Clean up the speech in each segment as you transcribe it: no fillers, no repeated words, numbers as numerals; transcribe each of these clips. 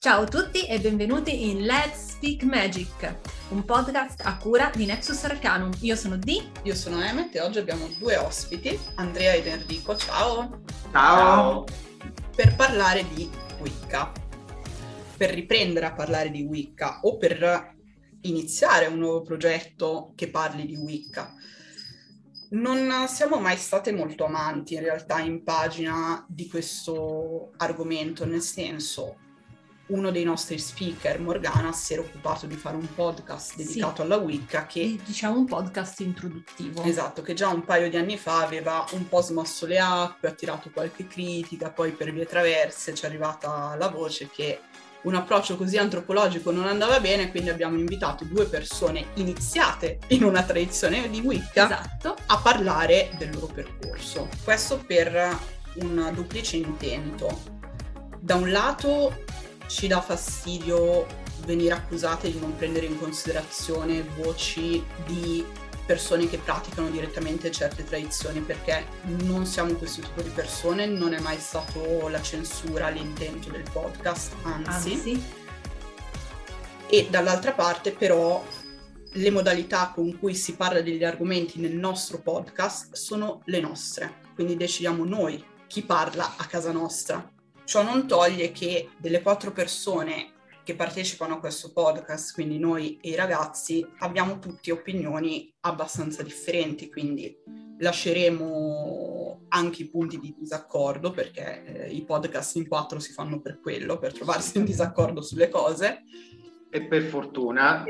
Ciao a tutti e benvenuti in Let's Speak Magic, un podcast a cura di Nexus Arcanum. Io sono Dee. Io sono Emmet e oggi abbiamo due ospiti, Andrea ed Enrico. Ciao! Ciao! Per parlare di Wicca. Per riprendere a parlare di Wicca o per iniziare un nuovo progetto che parli di Wicca. Non siamo mai state molto amanti in realtà in pagina di questo argomento, nel senso, uno dei nostri speaker, Morgana, si era occupato di fare un podcast dedicato alla Wicca che... Diciamo un podcast introduttivo. Esatto, che già un paio di anni fa aveva un po' smosso le acque, ha tirato qualche critica, poi per vie traverse ci è arrivata la voce che un approccio così antropologico non andava bene, quindi abbiamo invitato due persone iniziate in una tradizione di Wicca, esatto, a parlare del loro percorso. Questo per un duplice intento. Da un lato ci dà fastidio venire accusate di non prendere in considerazione voci di persone che praticano direttamente certe tradizioni, perché non siamo questo tipo di persone, non è mai stato la censura l'intento del podcast, anzi. E dall'altra parte però le modalità con cui si parla degli argomenti nel nostro podcast sono le nostre, quindi decidiamo noi chi parla a casa nostra. Ciò non toglie che delle 4 persone che partecipano a questo podcast, quindi noi e i ragazzi, abbiamo tutti opinioni abbastanza differenti, quindi lasceremo anche i punti di disaccordo, perché i podcast in 4 si fanno per quello, per trovarsi in disaccordo sulle cose. E per fortuna.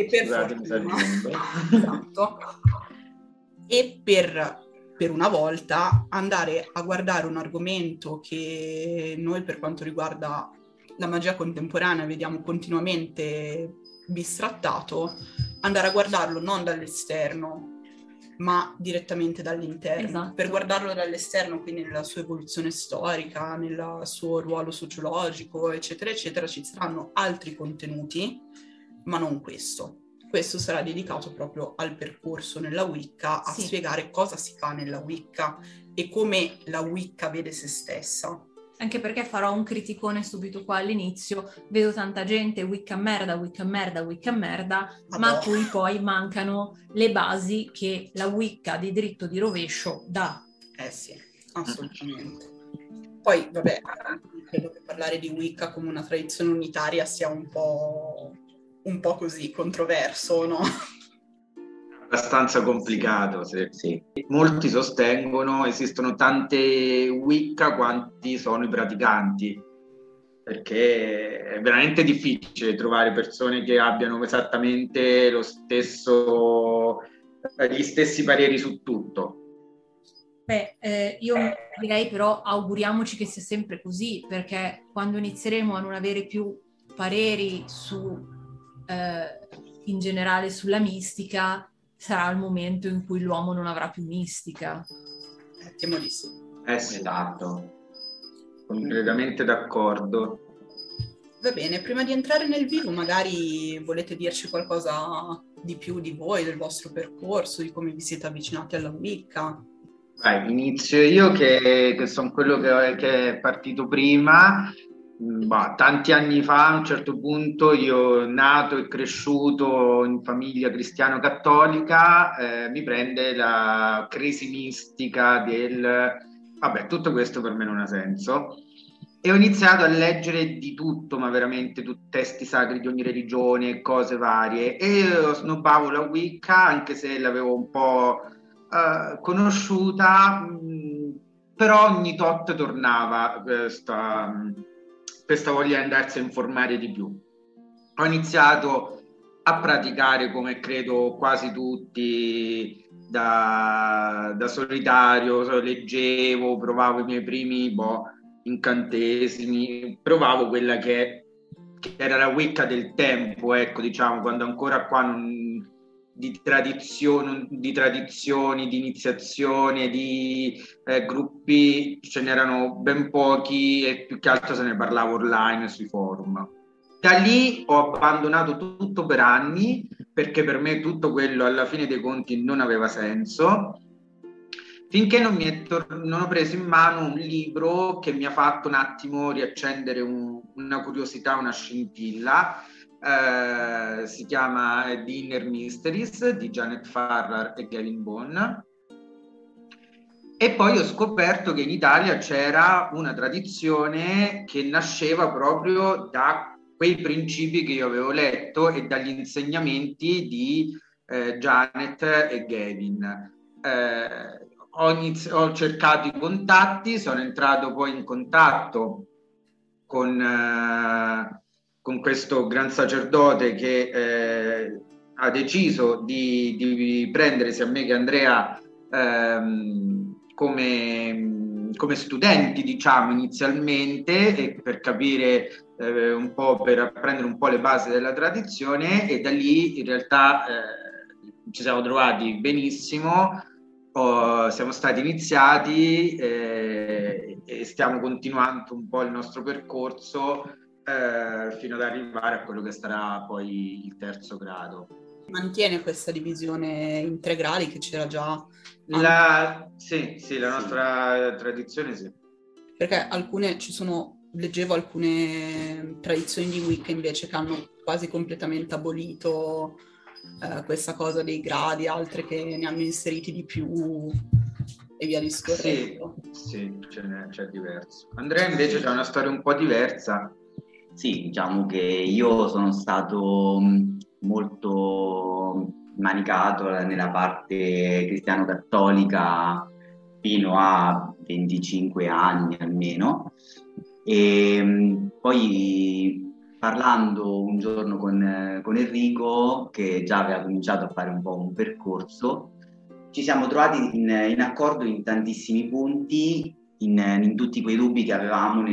Esatto. E per una volta andare a guardare un argomento che noi, per quanto riguarda la magia contemporanea, vediamo continuamente bistrattato, andare a guardarlo non dall'esterno ma direttamente dall'interno. Esatto. Per guardarlo dall'esterno, quindi nella sua evoluzione storica, nel suo ruolo sociologico, eccetera eccetera, ci saranno altri contenuti, ma non questo. Questo sarà dedicato proprio al percorso nella Wicca, a spiegare cosa si fa nella Wicca e come la Wicca vede se stessa. Anche perché farò un criticone subito qua all'inizio, vedo tanta gente Wicca merda, ma a cui poi mancano le basi che la Wicca di dritto di rovescio dà. Sì, assolutamente. Poi, vabbè, credo che parlare di Wicca come una tradizione unitaria sia un po' così controverso, no? Abbastanza complicato, sì. Molti sostengono esistono tante Wicca quanti sono i praticanti, perché è veramente difficile trovare persone che abbiano esattamente lo stesso, gli stessi pareri su tutto. Io direi però auguriamoci che sia sempre così, perché quando inizieremo a non avere più pareri su in generale sulla mistica, sarà il momento in cui l'uomo non avrà più mistica. Temo di sì. Sì, esatto, completamente d'accordo. Va bene, prima di entrare nel vivo, magari volete dirci qualcosa di più di voi, del vostro percorso, di come vi siete avvicinati alla Wicca? Vai, inizio io che sono quello che è partito prima. Tanti anni fa, a un certo punto, io nato e cresciuto in famiglia cristiano-cattolica, mi prende la crisi mistica vabbè, tutto questo per me non ha senso. E ho iniziato a leggere di tutto, ma veramente testi sacri di ogni religione, cose varie. E snobbavo la Wicca, anche se l'avevo un po' conosciuta, però ogni tot tornava questa voglia di andarsi a informare di più. Ho iniziato a praticare, come credo quasi tutti, da solitario, leggevo, provavo i miei primi incantesimi, provavo quella che era la Wicca del tempo, ecco, diciamo, quando ancora qua di tradizioni, di iniziazione, di gruppi ce n'erano ben pochi e più che altro se ne parlava online sui forum. Da lì ho abbandonato tutto per anni, perché per me tutto quello alla fine dei conti non aveva senso, finché non ho preso in mano un libro che mi ha fatto un attimo riaccendere una curiosità, una scintilla. Si chiama The Inner Mysteries di Janet Farrar e Gavin Bone. E poi ho scoperto che in Italia c'era una tradizione che nasceva proprio da quei principi che io avevo letto e dagli insegnamenti di Janet e Gavin. Ho cercato i contatti, sono entrato poi in contatto con questo gran sacerdote che ha deciso di prendere sia me che Andrea come studenti, diciamo, inizialmente, e per capire un po', per apprendere un po' le basi della tradizione, e da lì in realtà ci siamo trovati benissimo. Siamo stati iniziati e stiamo continuando un po' il nostro percorso fino ad arrivare a quello che sarà poi il terzo grado. Mantiene questa divisione in 3 gradi che c'era già? Sì, la nostra tradizione sì. Perché leggevo alcune tradizioni di Wicca invece che hanno quasi completamente abolito questa cosa dei gradi, altre che ne hanno inseriti di più e via discorrendo. Sì, c'è diverso. Andrea invece c'ha una storia un po' diversa. Sì, diciamo che io sono stato molto manicato nella parte cristiano-cattolica fino a 25 anni almeno, e poi parlando un giorno con Enrico, che già aveva cominciato a fare un po' un percorso, ci siamo trovati in accordo in tantissimi punti, in tutti quei dubbi che avevamo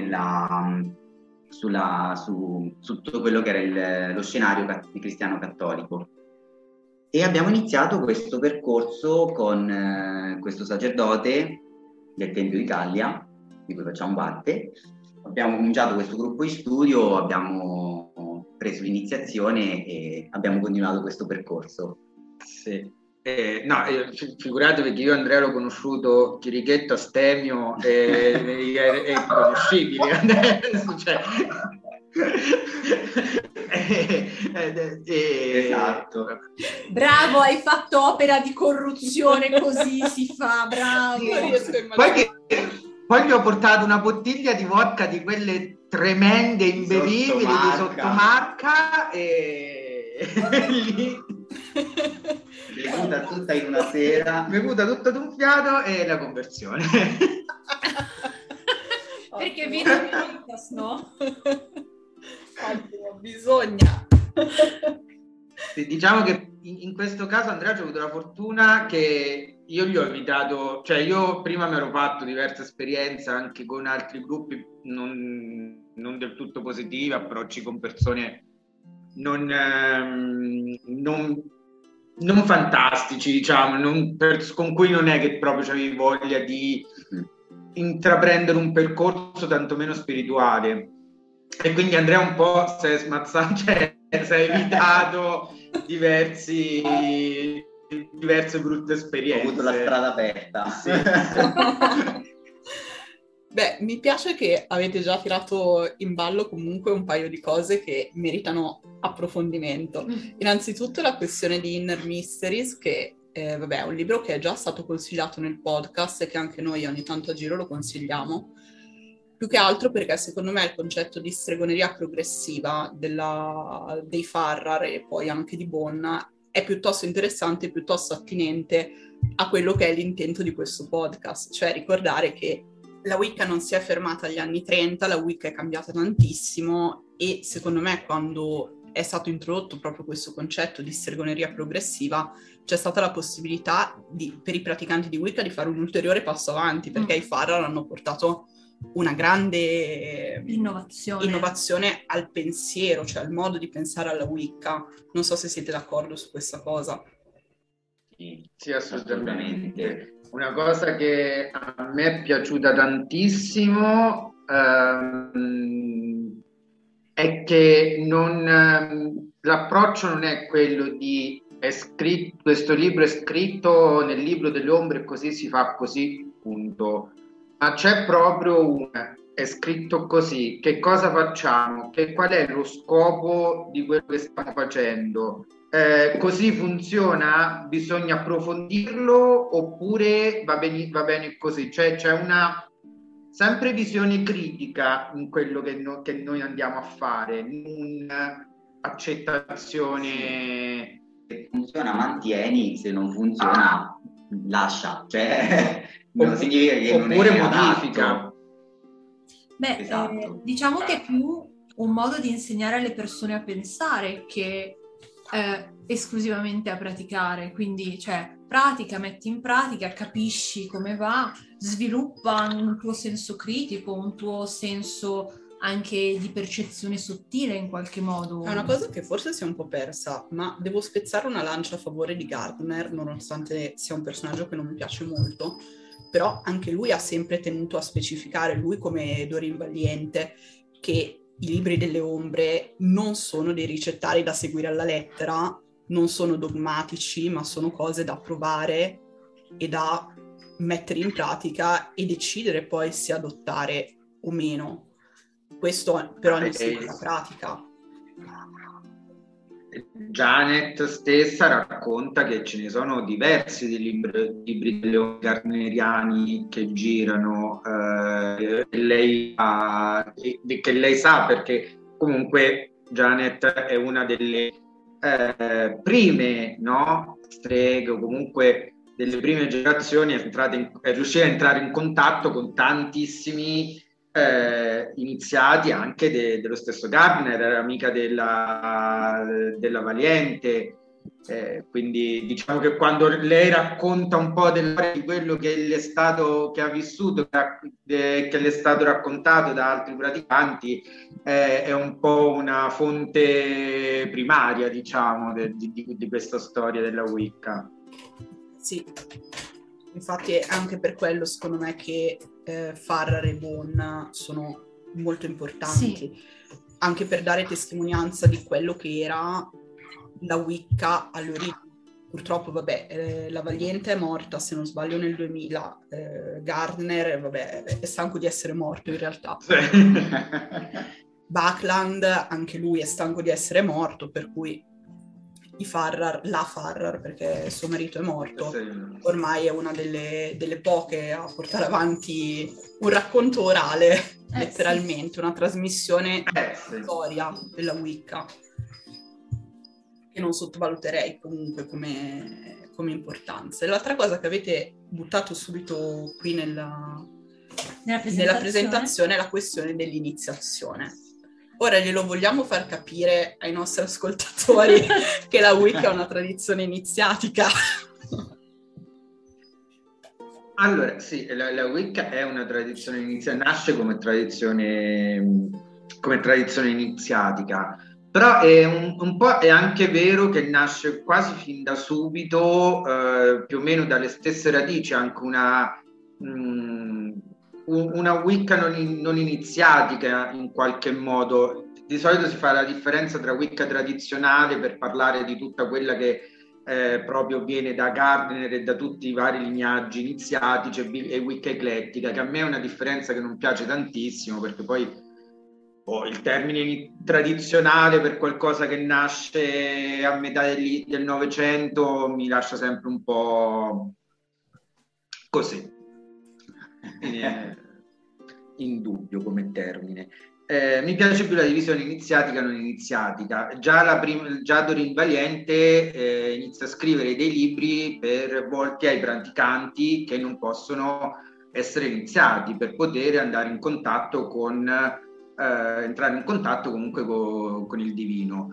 su tutto quello che era lo scenario cristiano cattolico. E abbiamo iniziato questo percorso con questo sacerdote del Tempio di Gallia, di cui facciamo parte. Abbiamo cominciato questo gruppo di studio, abbiamo preso l'iniziazione e abbiamo continuato questo percorso. Sì. Figuratevi che io Andrea l'ho conosciuto chirichetto, astemio e conoscibile adesso, cioè. Esatto. Bravo, hai fatto opera di corruzione, così si fa, bravo. Poi gli ho portato una bottiglia di vodka di quelle tremende, imbevibili, di sottomarca, e lì bevuta tutta in una sera, bevuta tutta d'un fiato, e la conversione. Perché vino Veritas, no? Bisogna. Sì, diciamo che in questo caso Andrea ci ha avuto la fortuna che io gli ho invitato, cioè io prima mi ero fatto diverse esperienze anche con altri gruppi non del tutto positive, approcci con persone non fantastici, diciamo, con cui non è che proprio avevi voglia di intraprendere un percorso tantomeno spirituale. E quindi Andrea un po' si è smazzato, cioè si è evitato diverse brutte esperienze. Ho avuto la strada aperta. Sì. Beh, mi piace che avete già tirato in ballo comunque un paio di cose che meritano approfondimento. Innanzitutto la questione di Inner Mysteries, che è un libro che è già stato consigliato nel podcast e che anche noi ogni tanto a giro lo consigliamo. Più che altro perché secondo me il concetto di stregoneria progressiva dei Farrar e poi anche di Bonna è piuttosto interessante, piuttosto attinente a quello che è l'intento di questo podcast, cioè ricordare che la Wicca non si è fermata agli anni 30, la Wicca è cambiata tantissimo e secondo me quando è stato introdotto proprio questo concetto di stregoneria progressiva c'è stata la possibilità per i praticanti di Wicca di fare un ulteriore passo avanti, perché i Farrar hanno portato una grande innovazione al pensiero, cioè al modo di pensare alla Wicca. Non so se siete d'accordo su questa cosa. Sì, assolutamente. Una cosa che a me è piaciuta tantissimo è che l'approccio non è quello di questo libro è scritto nel libro delle ombre e così si fa così, punto. Ma c'è proprio è scritto così, che cosa facciamo? Qual è lo scopo di quello che stiamo facendo? Così funziona? Bisogna approfondirlo oppure va bene così? Cioè c'è una sempre visione critica in quello che noi andiamo a fare, non accettazione. Se funziona mantieni, se non funziona lascia, cioè non significa che non oppure è modifica. adatto. Beh, Esatto. diciamo che è più un modo di insegnare alle persone a pensare che esclusivamente a praticare, quindi cioè pratica, metti in pratica, capisci come va, sviluppa un tuo senso critico, un tuo senso anche di percezione sottile in qualche modo. È una cosa che forse si è un po' persa, ma devo spezzare una lancia a favore di Gardner, nonostante sia un personaggio che non mi piace molto, però anche lui ha sempre tenuto a specificare, lui come Doreen Valiente, che i libri delle ombre non sono dei ricettari da seguire alla lettera, non sono dogmatici, ma sono cose da provare e da mettere in pratica e decidere poi se adottare o meno. Questo però ne segue la pratica. Janet stessa racconta che ce ne sono diversi dei libri gardneriani che girano, che lei sa, perché comunque Janet è una delle prime, no, streghe, o comunque delle prime generazioni è riuscita a entrare in contatto con tantissimi iniziati anche dello stesso Gardner, era amica della Valiente, quindi diciamo che quando lei racconta un po' di quello che le è stato, che ha vissuto, che le è stato raccontato da altri praticanti, è un po' una fonte primaria, diciamo, di questa storia della Wicca. Sì, infatti è anche per quello secondo me che Farrar e Boone sono molto importanti, sì, anche per dare testimonianza di quello che era la Wicca all'origine. Purtroppo, vabbè, la Valiente è morta, se non sbaglio, nel 2000. Gardner, vabbè, è stanco di essere morto in realtà. Sì. Buckland, anche lui è stanco di essere morto, per cui la Farrar, perché suo marito è morto, ormai è una delle poche a portare avanti un racconto orale, letteralmente, sì, una trasmissione di storia della Wicca, che non sottovaluterei comunque come importanza. E l'altra cosa che avete buttato subito qui nella presentazione è la questione dell'iniziazione. Ora glielo vogliamo far capire ai nostri ascoltatori che la Wicca è una tradizione iniziatica? Allora, sì, la Wicca è una tradizione iniziatica, nasce come tradizione iniziatica, però è un po' è anche vero che nasce quasi fin da subito, più o meno dalle stesse radici, anche una Wicca non iniziatica in qualche modo. Di solito si fa la differenza tra Wicca tradizionale, per parlare di tutta quella che proprio viene da Gardner e da tutti i vari lignaggi iniziatici, e Wicca eclettica, che a me è una differenza che non piace tantissimo, perché poi il termine tradizionale per qualcosa che nasce a metà del Novecento mi lascia sempre un po' così. In dubbio come termine. Mi piace più la divisione iniziatica non iniziatica. Già Doreen Valiente inizia a scrivere dei libri volti ai praticanti che non possono essere iniziati, per poter andare in contatto entrare in contatto comunque con il divino.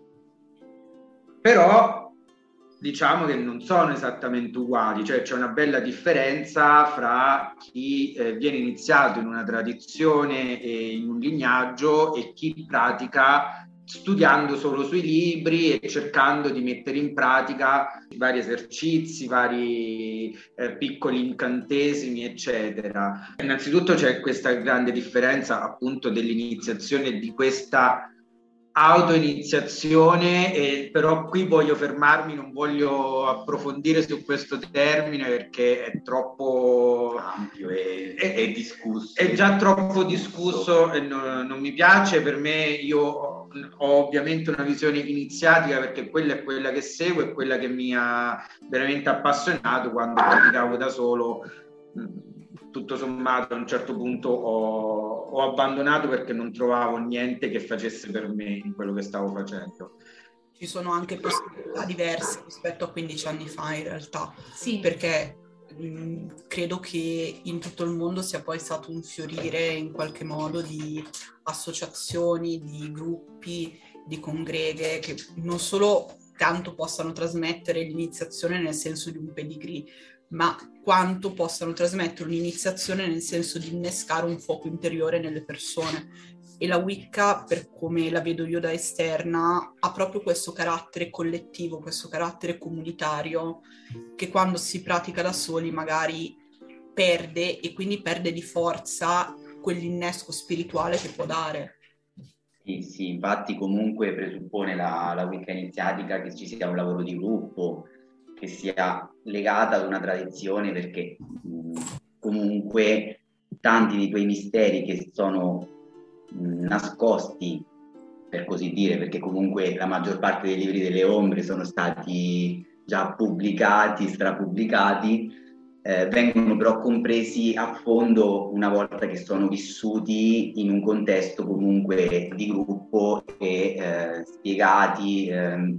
Però diciamo che non sono esattamente uguali, cioè c'è una bella differenza fra chi viene iniziato in una tradizione e in un lignaggio e chi pratica studiando solo sui libri e cercando di mettere in pratica vari esercizi, vari piccoli incantesimi, eccetera. Innanzitutto c'è questa grande differenza appunto dell'iniziazione di questa autoiniziazione, però qui voglio fermarmi, non voglio approfondire su questo termine perché è troppo ampio e discusso. È già troppo discusso e non mi piace. Per me, io ho ovviamente una visione iniziatica, perché quella è quella che seguo e quella che mi ha veramente appassionato quando praticavo da solo. Tutto sommato a un certo punto ho abbandonato perché non trovavo niente che facesse per me in quello che stavo facendo. Ci sono anche possibilità diverse rispetto a 15 anni fa in realtà, sì, perché credo che in tutto il mondo sia poi stato un fiorire in qualche modo di associazioni, di gruppi, di congreghe che non solo tanto possano trasmettere l'iniziazione nel senso di un pedigree, ma quanto possano trasmettere un'iniziazione nel senso di innescare un fuoco interiore nelle persone. E la Wicca, per come la vedo io da esterna, ha proprio questo carattere collettivo, questo carattere comunitario, che quando si pratica da soli magari perde, e quindi perde di forza quell'innesco spirituale che può dare. Sì, infatti comunque presuppone la Wicca iniziatica che ci sia un lavoro di gruppo, che sia legata ad una tradizione, perché comunque tanti di quei misteri che sono nascosti, per così dire, perché comunque la maggior parte dei libri delle ombre sono stati già pubblicati, strapubblicati, vengono però compresi a fondo una volta che sono vissuti in un contesto comunque di gruppo e spiegati,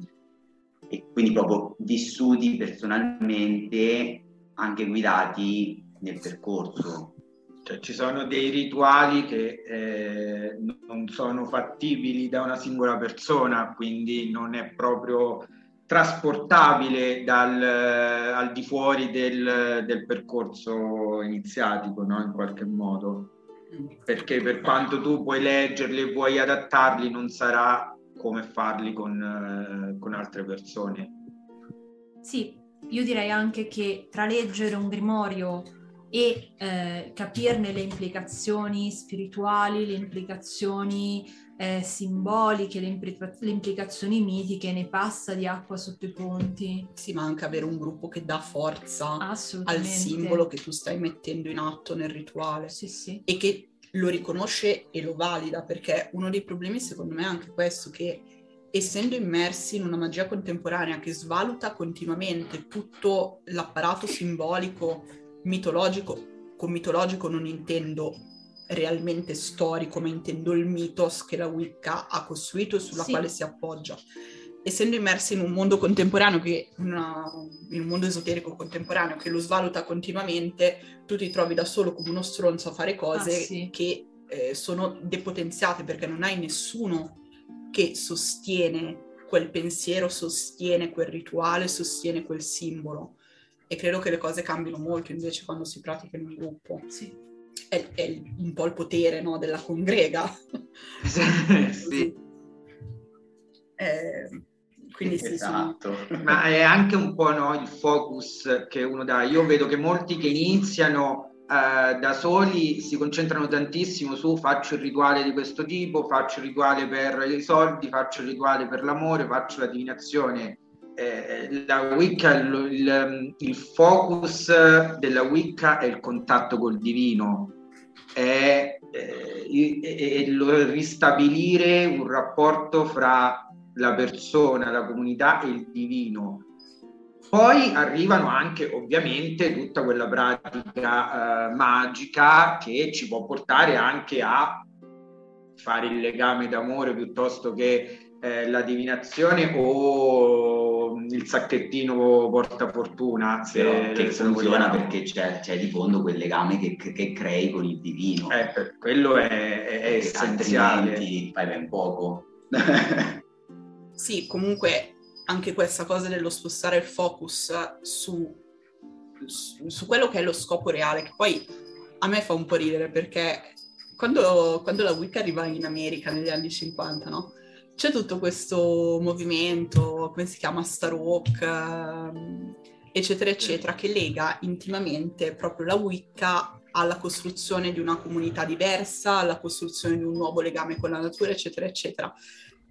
e quindi proprio vissuti personalmente, anche guidati nel percorso. Cioè, ci sono dei rituali che non sono fattibili da una singola persona, quindi non è proprio trasportabile al di fuori del percorso iniziatico, no? In qualche modo, perché per quanto tu puoi leggerli e puoi adattarli, non sarà come farli con altre persone. Sì, io direi anche che tra leggere un grimorio e capirne le implicazioni spirituali, le implicazioni simboliche, le implicazioni mitiche, ne passa di acqua sotto i ponti. Sì, ma anche avere un gruppo che dà forza al Assolutamente. simbolo che tu stai mettendo in atto nel rituale. Sì, sì. E che lo riconosce e lo valida, perché uno dei problemi secondo me è anche questo, che essendo immersi in una magia contemporanea che svaluta continuamente tutto l'apparato simbolico, mitologico, con mitologico non intendo realmente storico, ma intendo il mitos che la Wicca ha costruito e sulla quale si appoggia. Essendo immersi in un mondo contemporaneo, in un mondo esoterico contemporaneo che lo svaluta continuamente, tu ti trovi da solo come uno stronzo a fare cose che sono depotenziate, perché non hai nessuno che sostiene quel pensiero, sostiene quel rituale, sostiene quel simbolo. E credo che le cose cambino molto invece quando si pratica in un gruppo. Sì. È un po' il potere, no, della congrega. Sì. Quindi sì, esatto. Ma è anche un po', no, il focus che uno dà. Io vedo che molti che iniziano da soli si concentrano tantissimo su faccio il rituale di questo tipo, faccio il rituale per i soldi, faccio il rituale per l'amore, faccio la divinazione. La Wicca, il focus della Wicca è il contatto col divino, è ristabilire un rapporto fra la persona, la comunità e il divino. Poi arrivano anche ovviamente tutta quella pratica magica che ci può portare anche a fare il legame d'amore piuttosto che la divinazione o il sacchettino portafortuna, che funziona perché c'è di fondo quel legame che crei con il divino. Quello è essenziale. Altrimenti fai ben poco. Sì, comunque anche questa cosa dello spostare il focus su quello che è lo scopo reale, che poi a me fa un po' ridere, perché quando la Wicca arriva in America negli anni 50, no? C'è tutto questo movimento, come si chiama, Starhawk, eccetera, eccetera, che lega intimamente proprio la Wicca alla costruzione di una comunità diversa, alla costruzione di un nuovo legame con la natura, eccetera, eccetera.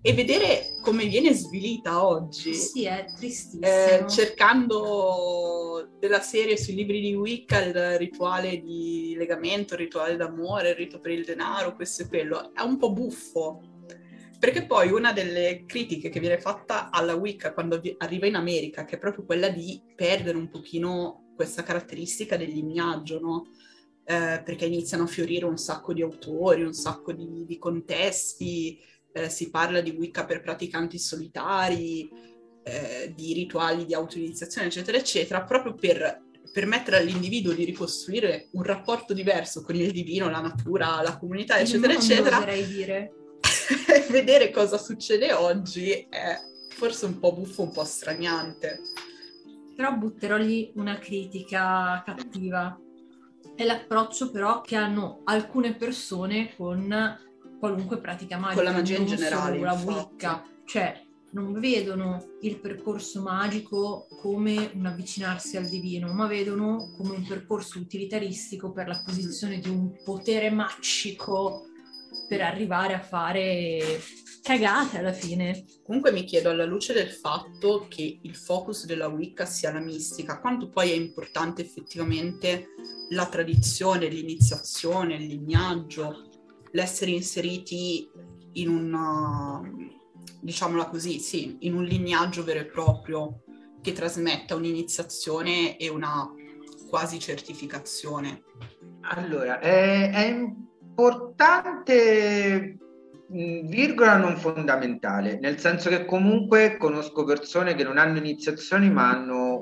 e vedere come viene svilita oggi. Sì, è tristissimo. Cercando della serie sui libri di Wicca il rituale di legamento, il rituale d'amore, il rito per il denaro, questo e quello. È un po' buffo, perché poi una delle critiche che viene fatta alla Wicca quando arriva in America, che è proprio quella di perdere un pochino questa caratteristica del lignaggio, no? Perché iniziano a fiorire un sacco di autori, un sacco di contesti, si parla di Wicca per praticanti solitari, di rituali di autoiniziazione, eccetera, eccetera, proprio per permettere all'individuo di ricostruire un rapporto diverso con il divino, la natura, la comunità, eccetera, eccetera. Oserei dire. Vedere cosa succede oggi è forse un po' buffo, un po' straniante. Però butterò lì una critica cattiva. È l'approccio però che hanno alcune persone con qualunque pratica magica. Con la magia in generale, la infatti. Wicca. Cioè, non vedono il percorso magico come un avvicinarsi al divino, ma vedono come un percorso utilitaristico per l'acquisizione di un potere magico per arrivare a fare cagate alla fine. Comunque mi chiedo, alla luce del fatto che il focus della Wicca sia la mistica, quanto poi è importante effettivamente la tradizione, l'iniziazione, il lignaggio, l'essere inseriti in un, diciamola così, sì, in un lignaggio vero e proprio che trasmetta un'iniziazione e una quasi certificazione. Allora, è importante, virgola non fondamentale, nel senso che comunque conosco persone che non hanno iniziazioni ma hanno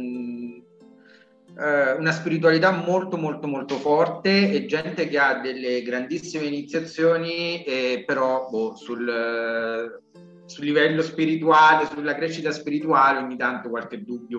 una spiritualità molto molto molto forte e gente che ha delle grandissime iniziazioni, però sul livello spirituale, sulla crescita spirituale ogni tanto qualche dubbio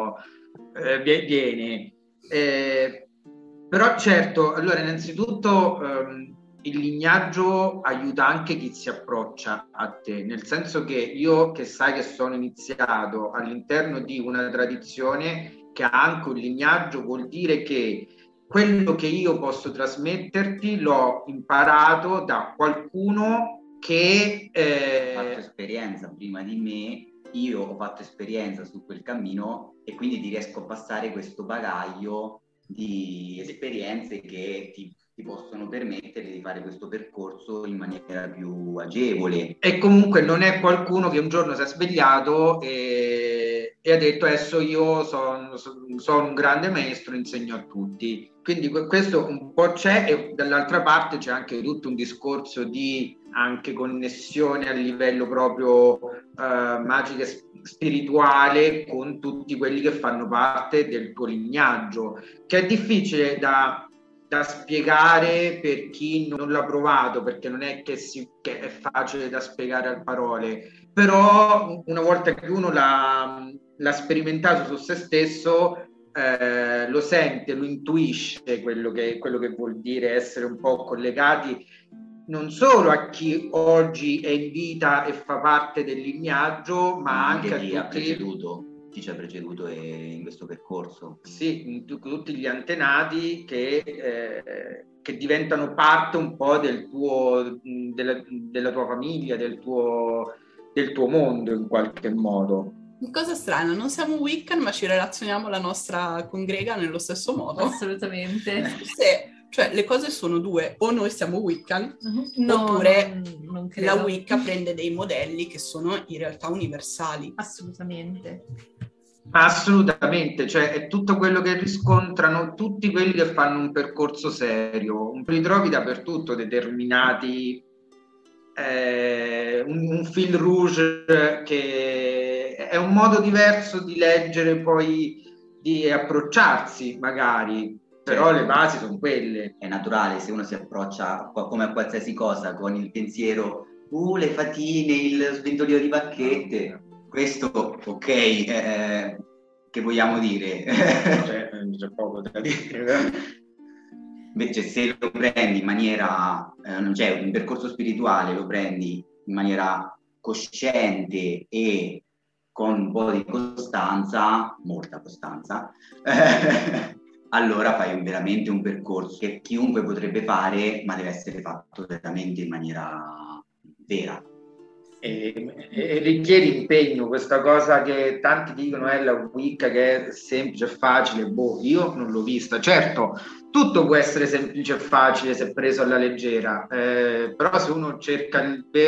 viene. Però certo, allora innanzitutto il lignaggio aiuta anche chi si approccia a te, nel senso che io che sai che sono iniziato all'interno di una tradizione che ha anche un lignaggio, vuol dire che quello che io posso trasmetterti l'ho imparato da qualcuno che ha fatto esperienza prima di me, io ho fatto esperienza su quel cammino e quindi ti riesco a passare questo bagaglio di esperienze che ti possono permettere di fare questo percorso in maniera più agevole. E comunque non è qualcuno che un giorno si è svegliato e ha detto adesso io sono un grande maestro, insegno a tutti. Quindi questo un po' c'è, e dall'altra parte c'è anche tutto un discorso di anche connessione a livello proprio magico e spirituale con tutti quelli che fanno parte del tuo lignaggio, che è difficile da spiegare per chi non l'ha provato, perché non è che è facile da spiegare a parole, però una volta che uno l'ha sperimentato su se stesso, lo sente, lo intuisce quello che vuol dire essere un po' collegati non solo a chi oggi è in vita e fa parte del lignaggio, ma anche a chi ci ha preceduto in questo percorso. Sì, tutti gli antenati che diventano parte un po' della tua famiglia, del tuo mondo in qualche modo. Cosa strana, non siamo Wiccan ma ci relazioniamo alla nostra congrega nello stesso modo. Assolutamente. Cioè le cose sono due, o noi siamo Wiccan, no, oppure non credo. La Wicca prende dei modelli che sono in realtà universali. Assolutamente. Assolutamente, cioè è tutto quello che riscontrano tutti quelli che fanno un percorso serio, li trovi dappertutto determinati, un fil rouge che è un modo diverso di leggere, poi di approcciarsi magari, però le basi sono quelle. È naturale, se uno si approccia come a qualsiasi cosa con il pensiero le fatine, il sventolio di bacchette, questo ok, che vogliamo dire? C'è poco da dire. Invece se lo prendi in maniera, cioè un percorso spirituale lo prendi in maniera cosciente e con un po' di costanza, molta costanza, allora fai veramente un percorso che chiunque potrebbe fare, ma deve essere fatto veramente in maniera vera. e richiede impegno, questa cosa che tanti dicono è la Wicca che è semplice e facile, boh, io non l'ho vista. Certo, tutto può essere semplice e facile se preso alla leggera, però se uno cerca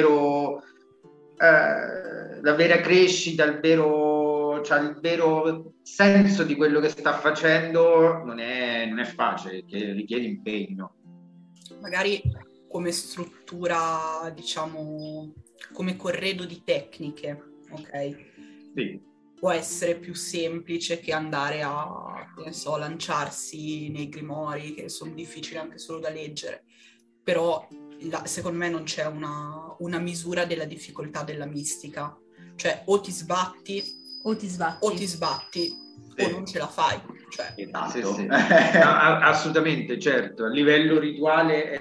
la vera crescita, cioè il vero senso di quello che sta facendo, non è facile, che richiede impegno. Magari come struttura, diciamo, come corredo di tecniche, ok? Sì. Può essere più semplice che andare a, che ne so, lanciarsi nei grimori, che sono difficili anche solo da leggere. Però secondo me non c'è una misura della difficoltà della mistica. Cioè o ti sbatti o ti sbatti Sì. o non ce la fai. Cioè, Esatto. Sì. Assolutamente, certo. A livello rituale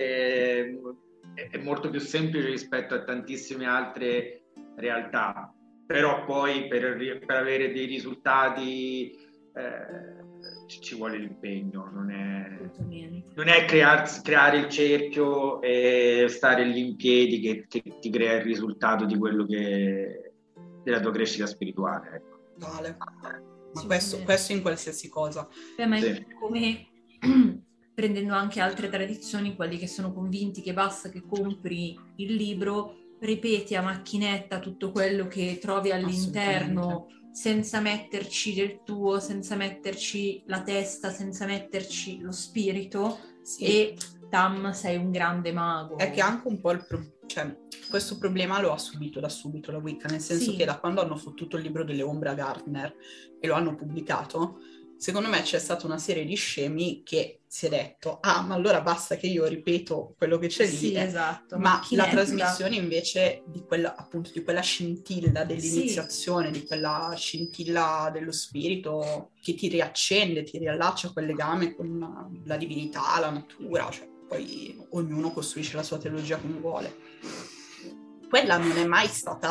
è molto più semplice rispetto a tantissime altre realtà, però poi per avere dei risultati ci vuole l'impegno, non è creare il cerchio e stare lì in piedi che ti crea il risultato di quello della tua crescita spirituale. Ecco. Vale. Ma questo in qualsiasi cosa. Ma è come prendendo anche altre tradizioni, quelli che sono convinti che basta che compri il libro, ripeti a macchinetta tutto quello che trovi all'interno senza metterci del tuo, senza metterci la testa, senza metterci lo spirito, e tam, sei un grande mago. È che anche un po' questo problema lo ha subito da subito la Wicca, nel senso che da quando hanno fottuto il libro delle ombre a Gardner e lo hanno pubblicato, secondo me c'è stata una serie di scemi che si è detto ma allora basta che io ripeto quello che c'è lì, esatto, ma macchinetta. La trasmissione invece di quella scintilla dell'iniziazione, di quella scintilla dello spirito che ti riaccende, ti riallaccia quel legame con la divinità, la natura, cioè poi ognuno costruisce la sua teologia come vuole. Quella non è mai stata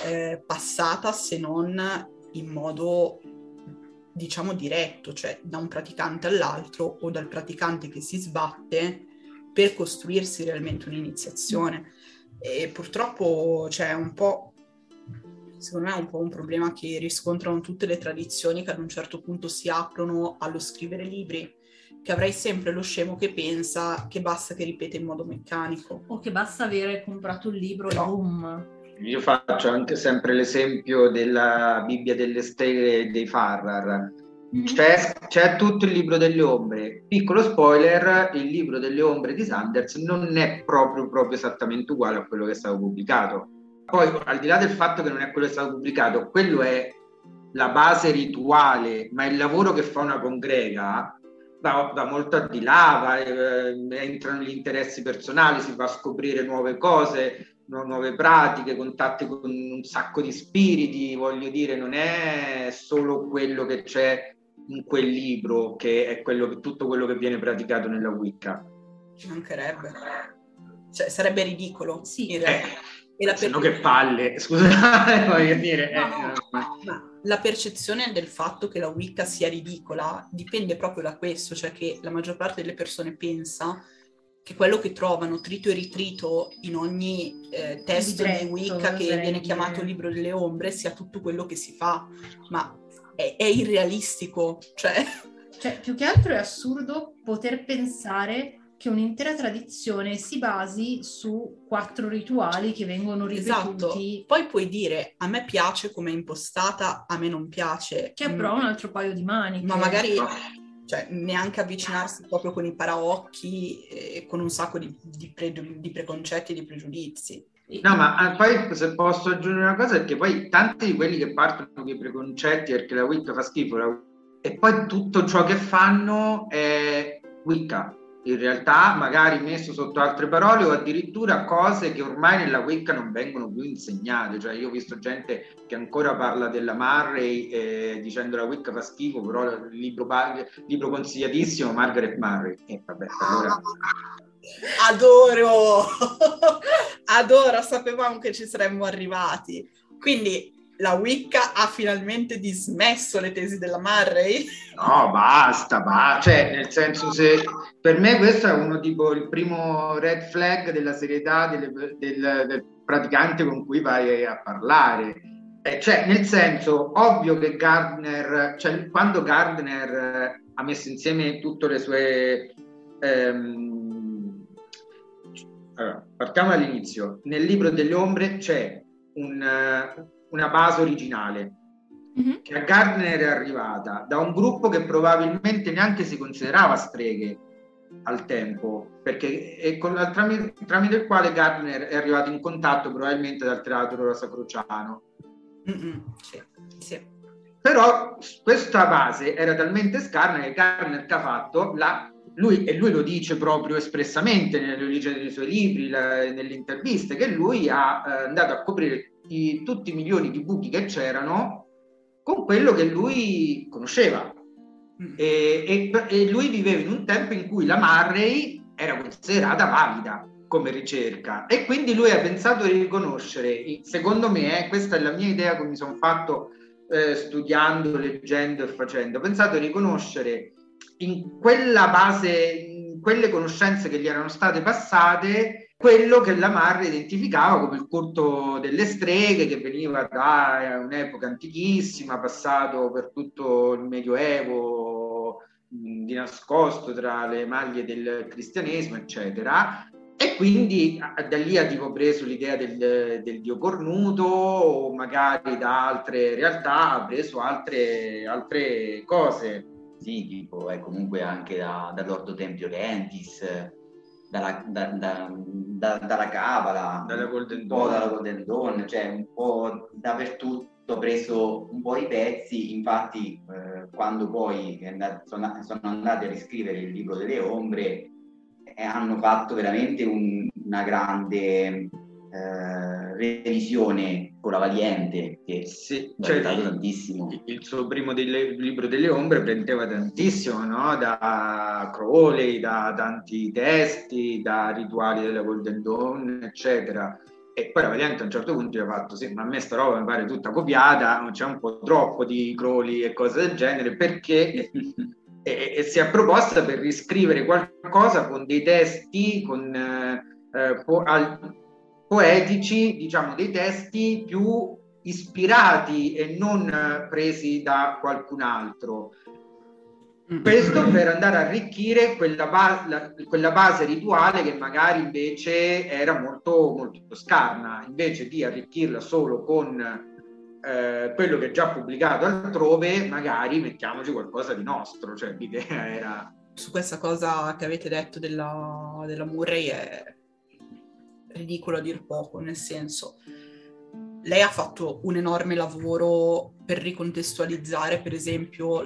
passata se non in modo, diciamo, diretto, cioè da un praticante all'altro o dal praticante che si sbatte per costruirsi realmente un'iniziazione. E purtroppo c'è un po', secondo me è un po' un problema che riscontrano tutte le tradizioni che ad un certo punto si aprono allo scrivere libri, che avrai sempre lo scemo che pensa che basta che ripete in modo meccanico. O che basta avere comprato il libro e boom. Io faccio anche sempre l'esempio della Bibbia delle streghe dei Farrar. C'è tutto il libro delle ombre. Piccolo spoiler, il libro delle ombre di Sanders non è proprio esattamente uguale a quello che è stato pubblicato. Poi, al di là del fatto che non è quello che è stato pubblicato, quello è la base rituale, ma il lavoro che fa una congrega va molto al di là, entrano gli interessi personali, si va a scoprire nuove cose, nuove pratiche, contatti con un sacco di spiriti. Voglio dire, non è solo quello che c'è in quel libro che è tutto quello che viene praticato nella Wicca. Ci mancherebbe, cioè sarebbe ridicolo. Sì, in realtà. Se no che palle, scusate, voglio dire. Ma la percezione del fatto che la Wicca sia ridicola dipende proprio da questo, cioè che la maggior parte delle persone pensa che quello che trovano trito e ritrito in ogni testo di Wicca che viene chiamato libro delle ombre sia tutto quello che si fa, ma è irrealistico, cioè più che altro è assurdo poter pensare che un'intera tradizione si basi su 4 rituali che vengono ripetuti. Esatto. Poi puoi dire a me piace come è impostata, a me non piace. Che è però un altro paio di maniche. Ma magari neanche avvicinarsi proprio con i paraocchi e con un sacco di preconcetti e di pregiudizi. No, ma poi se posso aggiungere una cosa, è che poi tanti di quelli che partono con i preconcetti perché la Wicca fa schifo e poi tutto ciò che fanno è Wicca. In realtà magari messo sotto altre parole o addirittura cose che ormai nella Wicca non vengono più insegnate. Cioè io ho visto gente che ancora parla della Murray dicendo la Wicca fa schifo, però il libro consigliatissimo Margaret Murray. Vabbè, allora... Adoro, sapevamo che ci saremmo arrivati. Quindi la Wicca ha finalmente dismesso le tesi della Murray? No, basta, cioè, nel senso, se per me questo è uno tipo il primo red flag della serietà del praticante con cui vai a parlare. Cioè, nel senso, ovvio che Gardner, cioè, quando Gardner ha messo insieme tutte le sue... allora, partiamo dall'inizio. Nel libro delle ombre c'è una base originale che a Gardner è arrivata da un gruppo che probabilmente neanche si considerava streghe al tempo, perché tramite il quale Gardner è arrivato in contatto probabilmente dal teatro rosacrociano. Sì, sì. Però questa base era talmente scarna che Gardner che ha fatto lui lo dice proprio espressamente nelle origini dei suoi libri, nelle interviste, che lui ha andato a coprire tutti i milioni di buchi che c'erano con quello che lui conosceva. E lui viveva in un tempo in cui la Murray era considerata valida come ricerca, e quindi lui ha pensato di riconoscere, secondo me, questa è la mia idea che mi sono fatto studiando, leggendo e facendo, ho pensato di riconoscere in quella base, in quelle conoscenze che gli erano state passate, quello che la Murray identificava come il culto delle streghe, che veniva da un'epoca antichissima, passato per tutto il Medioevo, di nascosto tra le maglie del cristianesimo, eccetera. E quindi da lì ha tipo preso l'idea del dio cornuto, o magari da altre realtà ha preso altre cose. Sì, tipo comunque anche dall'Ordo Tempio Lentis, dalla Cabala, dalla Golden un po' dalla Golden Dawn, cioè un po' dappertutto preso un po' i pezzi. Infatti quando poi sono andati a riscrivere il libro delle ombre, hanno fatto veramente una grande revisione con la Valiente, che sì, ha aiutato tantissimo. Il suo primo libro delle ombre prendeva tantissimo, no? Da Crowley, da tanti testi, da rituali della Golden Dawn, eccetera. E poi la Valiente a un certo punto gli ha fatto: sì, ma a me sta roba mi pare tutta copiata, c'è un po' troppo di Crowley e cose del genere, perché e si è proposta per riscrivere qualcosa con dei testi, con poetici, diciamo, dei testi più ispirati e non presi da qualcun altro. Questo per andare a arricchire quella base rituale che magari invece era molto, molto scarna, invece di arricchirla solo con quello che è già pubblicato altrove, magari mettiamoci qualcosa di nostro. Cioè l'idea era... Su questa cosa che avete detto della Murray è ridicolo a dir poco, nel senso, lei ha fatto un enorme lavoro per ricontestualizzare, per esempio,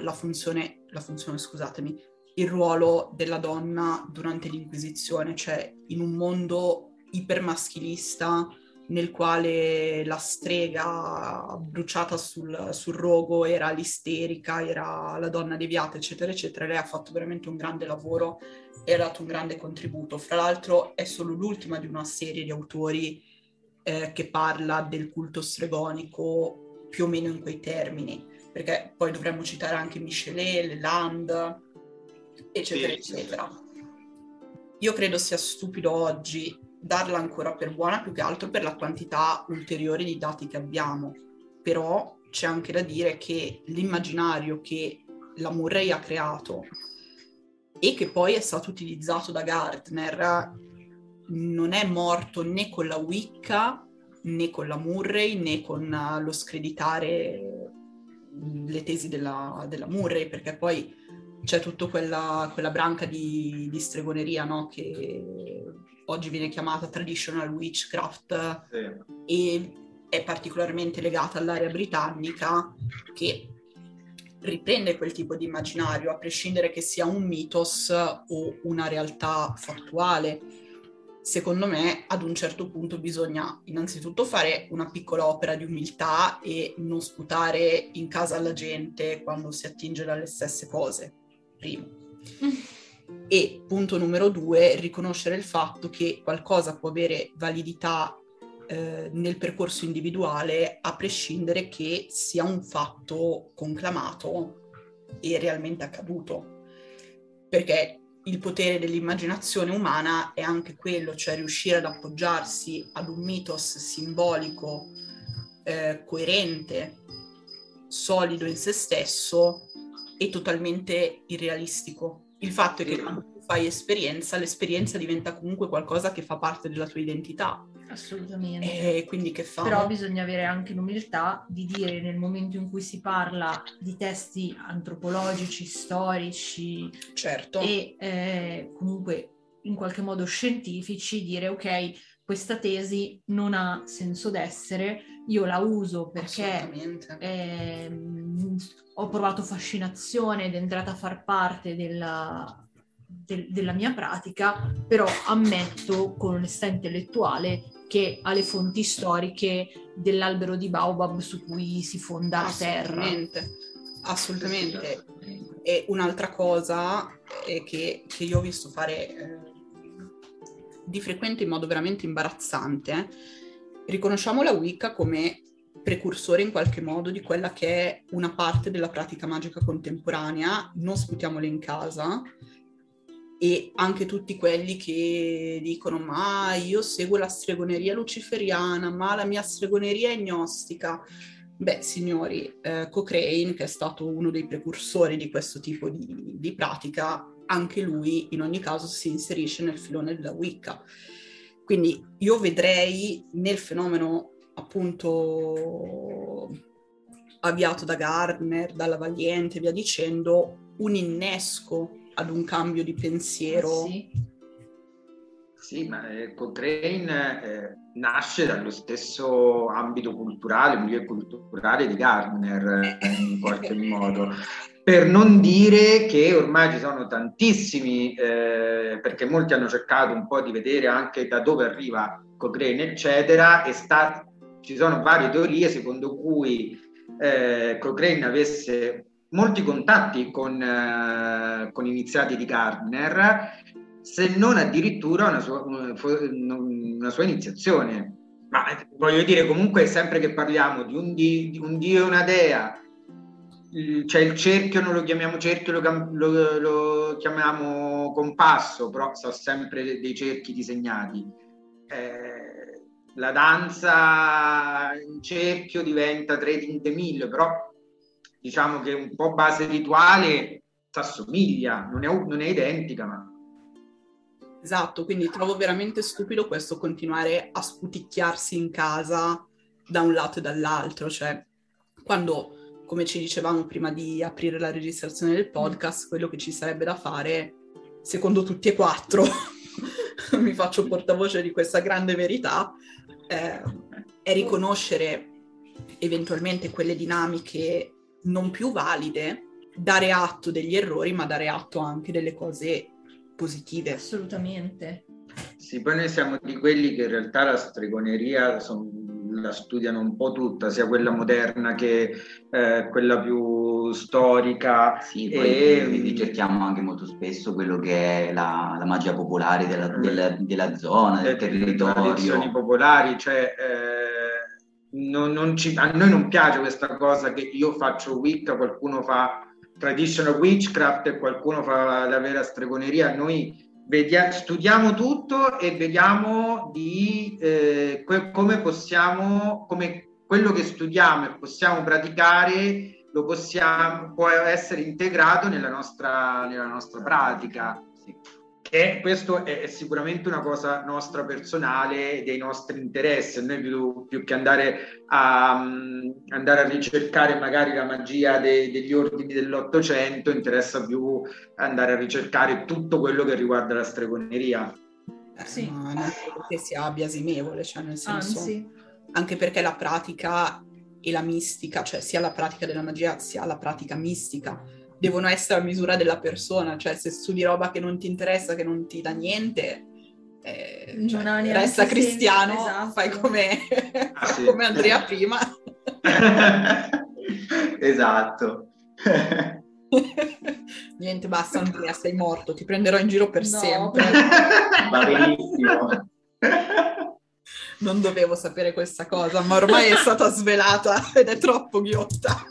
il ruolo della donna durante l'Inquisizione, cioè in un mondo ipermaschilista nel quale la strega bruciata sul rogo era l'isterica, era la donna deviata, eccetera, eccetera. Lei ha fatto veramente un grande lavoro e ha dato un grande contributo. Fra l'altro è solo l'ultima di una serie di autori che parla del culto stregonico più o meno in quei termini, perché poi dovremmo citare anche Michelet, Leland, eccetera, eccetera. Io credo sia stupido oggi darla ancora per buona, più che altro per la quantità ulteriore di dati che abbiamo, però c'è anche da dire che l'immaginario che la Murray ha creato e che poi è stato utilizzato da Gardner non è morto né con la Wicca, né con la Murray, né con lo screditare le tesi della Murray, perché poi c'è tutta quella branca di stregoneria, no? Che oggi viene chiamata traditional witchcraft, e è particolarmente legata all'area britannica, che riprende quel tipo di immaginario, a prescindere che sia un mitos o una realtà fattuale. Secondo me, ad un certo punto bisogna innanzitutto fare una piccola opera di umiltà e non sputare in casa alla gente quando si attinge dalle stesse cose, primo. E punto numero 2, riconoscere il fatto che qualcosa può avere validità nel percorso individuale, a prescindere che sia un fatto conclamato e realmente accaduto. Perché il potere dell'immaginazione umana è anche quello, cioè riuscire ad appoggiarsi ad un mitos simbolico coerente, solido in se stesso e totalmente irrealistico. Il fatto è che quando tu fai esperienza, l'esperienza diventa comunque qualcosa che fa parte della tua identità. Assolutamente. E quindi che fa? Però bisogna avere anche l'umiltà di dire, nel momento in cui si parla di testi antropologici, storici, certo, e comunque in qualche modo scientifici, dire ok, questa tesi non ha senso d'essere, io la uso perché ho provato fascinazione ed è entrata a far parte della mia pratica, però ammetto con onestà intellettuale che ha le fonti storiche dell'albero di Baobab su cui si fonda terra. Assolutamente. E un'altra cosa che io ho visto fare di frequente in modo veramente imbarazzante, riconosciamo la Wicca come precursore in qualche modo di quella che è una parte della pratica magica contemporanea, non sputiamole in casa, e anche tutti quelli che dicono ma io seguo la stregoneria luciferiana, ma la mia stregoneria è gnostica. Beh, signori, Cochrane, che è stato uno dei precursori di questo tipo di pratica, anche lui in ogni caso si inserisce nel filone della Wicca. Quindi io vedrei nel fenomeno appunto avviato da Gardner, dalla Valiente, via dicendo, un innesco ad un cambio di pensiero. Sì, ma Cochrane nasce dallo stesso ambito culturale, milieu culturale di Gardner in qualche modo. Per non dire che ormai ci sono tantissimi, perché molti hanno cercato un po' di vedere anche da dove arriva Cochrane, eccetera, e ci sono varie teorie secondo cui Cochrane avesse molti contatti con iniziati di Gardner, se non addirittura una sua iniziazione. Ma voglio dire, comunque, sempre che parliamo di un dio e una dea, c'è il cerchio, non lo chiamiamo cerchio, lo chiamiamo compasso, però sono sempre dei cerchi disegnati. La danza in cerchio diventa 3 tinte 1000, però diciamo che un po' base rituale si assomiglia, non è identica, ma... Esatto, quindi trovo veramente stupido questo continuare a sputicchiarsi in casa da un lato e dall'altro, cioè quando, come ci dicevamo prima di aprire la registrazione del podcast, quello che ci sarebbe da fare, secondo tutti e quattro, mi faccio portavoce di questa grande verità, è riconoscere eventualmente quelle dinamiche non più valide, dare atto degli errori, ma dare atto anche delle cose positive. Assolutamente. Sì, poi noi siamo di quelli che in realtà la stregoneria la studiano un po' tutta, sia quella moderna che quella più storica. Sì, poi quindi cerchiamo anche molto spesso quello che è la magia popolare della zona, del territorio. Le tradizioni popolari, cioè a noi non piace questa cosa che io faccio Wicca, qualcuno fa traditional witchcraft e qualcuno fa la vera stregoneria. Noi studiamo tutto e vediamo come quello che studiamo e possiamo praticare può essere integrato nella nostra pratica. Sì. Che questo è sicuramente una cosa nostra personale, dei nostri interessi. Noi più che andare a ricercare magari la magia degli ordini dell'Ottocento, interessa più andare a ricercare tutto quello che riguarda la stregoneria. Sì. Ma non credo che sia biasimevole, cioè nel senso, anche perché la pratica e la mistica, cioè sia la pratica della magia sia la pratica mistica, devono essere a misura della persona, cioè se studi roba che non ti interessa, che non ti dà niente, resta cristiano, esatto. Fai come Andrea prima. Esatto. Niente, basta Andrea, sei morto, ti prenderò in giro per sempre. Va benissimo. Non dovevo sapere questa cosa, ma ormai è stata svelata ed è troppo ghiotta.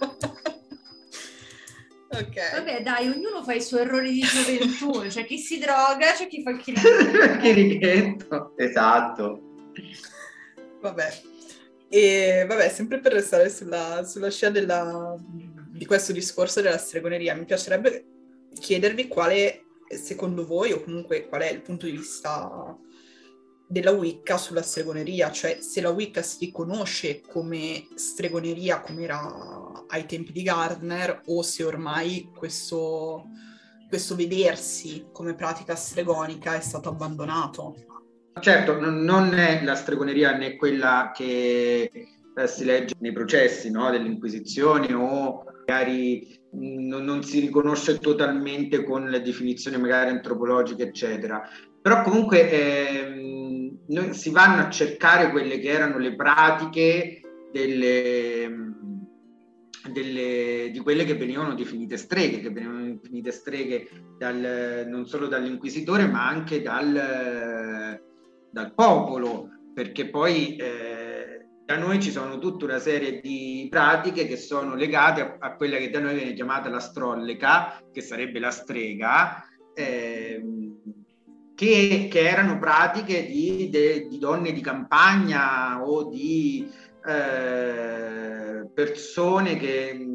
Ok. Vabbè, dai, ognuno fa i suoi errori di gioventù, c'è chi si droga, c'è chi fa il chirichetto. Chirichetto. Esatto. Vabbè. E vabbè, sempre per restare sulla scia di questo discorso della stregoneria, mi piacerebbe chiedervi quale, secondo voi, o comunque qual è il punto di vista della Wicca sulla stregoneria, cioè se la Wicca si riconosce come stregoneria come era ai tempi di Gardner, o se ormai questo vedersi come pratica stregonica è stato abbandonato. Certo, non è la stregoneria né quella che si legge nei processi, no, dell'Inquisizione, o magari non si riconosce totalmente con le definizioni magari antropologiche, eccetera. Però comunque si vanno a cercare quelle che erano le pratiche di quelle che venivano definite streghe, non solo dall'inquisitore, ma anche dal popolo, perché poi da noi ci sono tutta una serie di pratiche che sono legate a quella che da noi viene chiamata la strolleca, che sarebbe la strega, che erano pratiche di donne di campagna o di persone che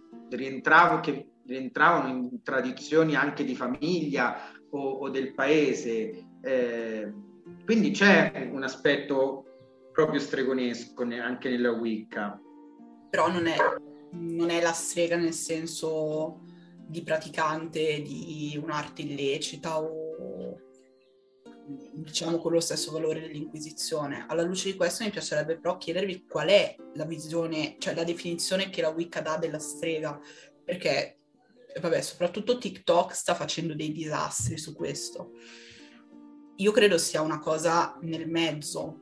rientravano in tradizioni anche di famiglia o del paese. Quindi c'è un aspetto proprio stregonesco anche nella Wicca. Però non è la strega nel senso di praticante di un'arte illecita o diciamo con lo stesso valore dell'Inquisizione. Alla luce di questo mi piacerebbe però chiedervi qual è la visione, cioè la definizione che la Wicca dà della strega, perché vabbè, soprattutto TikTok sta facendo dei disastri su questo. Io credo sia una cosa nel mezzo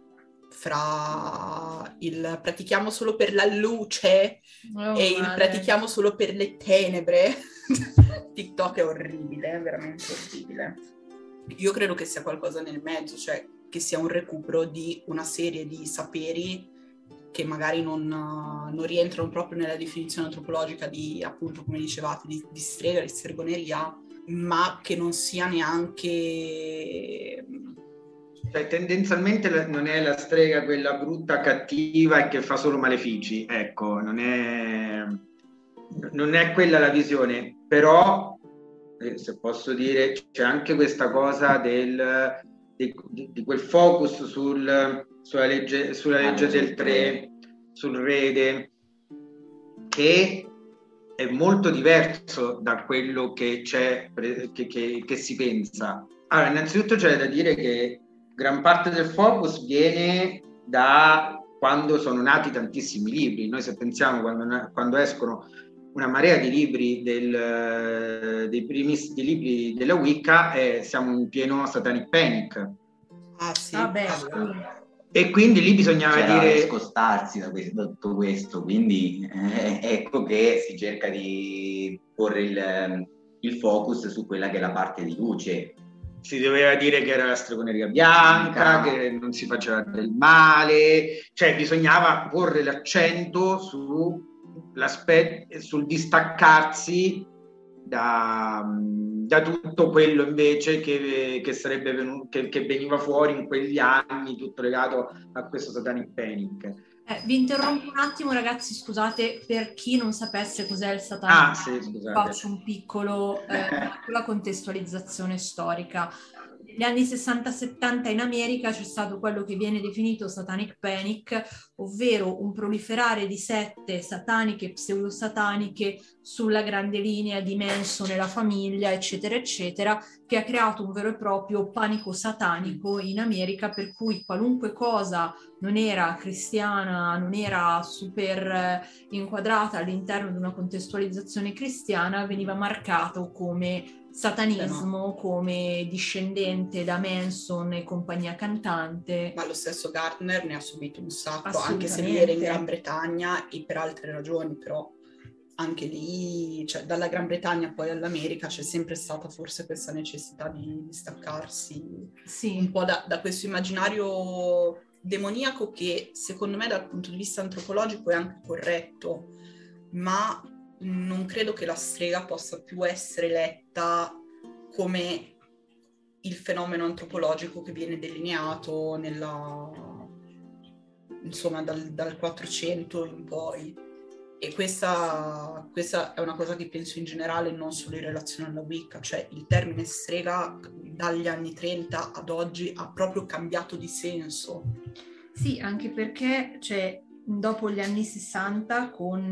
fra il pratichiamo solo per la luce e il pratichiamo solo per le tenebre. TikTok è orribile, è veramente orribile. Io credo che sia qualcosa nel mezzo, cioè che sia un recupero di una serie di saperi che magari non rientrano proprio nella definizione antropologica di, appunto, come dicevate, di strega, di stregoneria, ma che non sia neanche... Cioè, tendenzialmente non è la strega quella brutta, cattiva e che fa solo malefici, ecco, non è quella la visione, però se posso dire c'è anche questa cosa di quel focus sulla legge del 3, sul rede, che è molto diverso da quello che c'è, che si pensa. Allora, innanzitutto c'è da dire che gran parte del focus viene da quando sono nati tantissimi libri. Noi se pensiamo quando escono una marea di libri dei libri della Wicca, siamo in pieno Satanic Panic. Ah sì, e quindi lì bisognava dire scostarsi da tutto questo, quindi ecco che si cerca di porre il focus su quella che è la parte di luce. Si doveva dire che era la stregoneria bianca, che non si faceva del male, cioè bisognava porre l'accento sul distaccarsi da tutto quello invece che sarebbe venuto, che veniva fuori in quegli anni, tutto legato a questo Satanic Panic. Vi interrompo un attimo, ragazzi, scusate, per chi non sapesse cos'è il Satanic Panic, faccio una piccola contestualizzazione storica. Negli anni 60-70 in America c'è stato quello che viene definito Satanic Panic, ovvero un proliferare di sette sataniche e pseudosataniche sulla grande linea di Manson e la famiglia, eccetera, eccetera, che ha creato un vero e proprio panico satanico in America, per cui qualunque cosa non era cristiana, non era super inquadrata all'interno di una contestualizzazione cristiana, veniva marcato come satanismo, come discendente da Manson e compagnia cantante. Ma lo stesso Gardner ne ha subito un sacco, anche se lui era in Gran Bretagna e per altre ragioni, però anche lì, cioè dalla Gran Bretagna poi all'America c'è sempre stata forse questa necessità di staccarsi un po' da questo immaginario demoniaco che secondo me dal punto di vista antropologico è anche corretto, ma non credo che la strega possa più essere letta come il fenomeno antropologico che viene delineato insomma dal 400 in poi. E questa è una cosa che penso in generale, non solo in relazione alla Wicca, cioè il termine strega dagli anni 30 ad oggi ha proprio cambiato di senso. Sì, anche perché dopo gli anni 60 con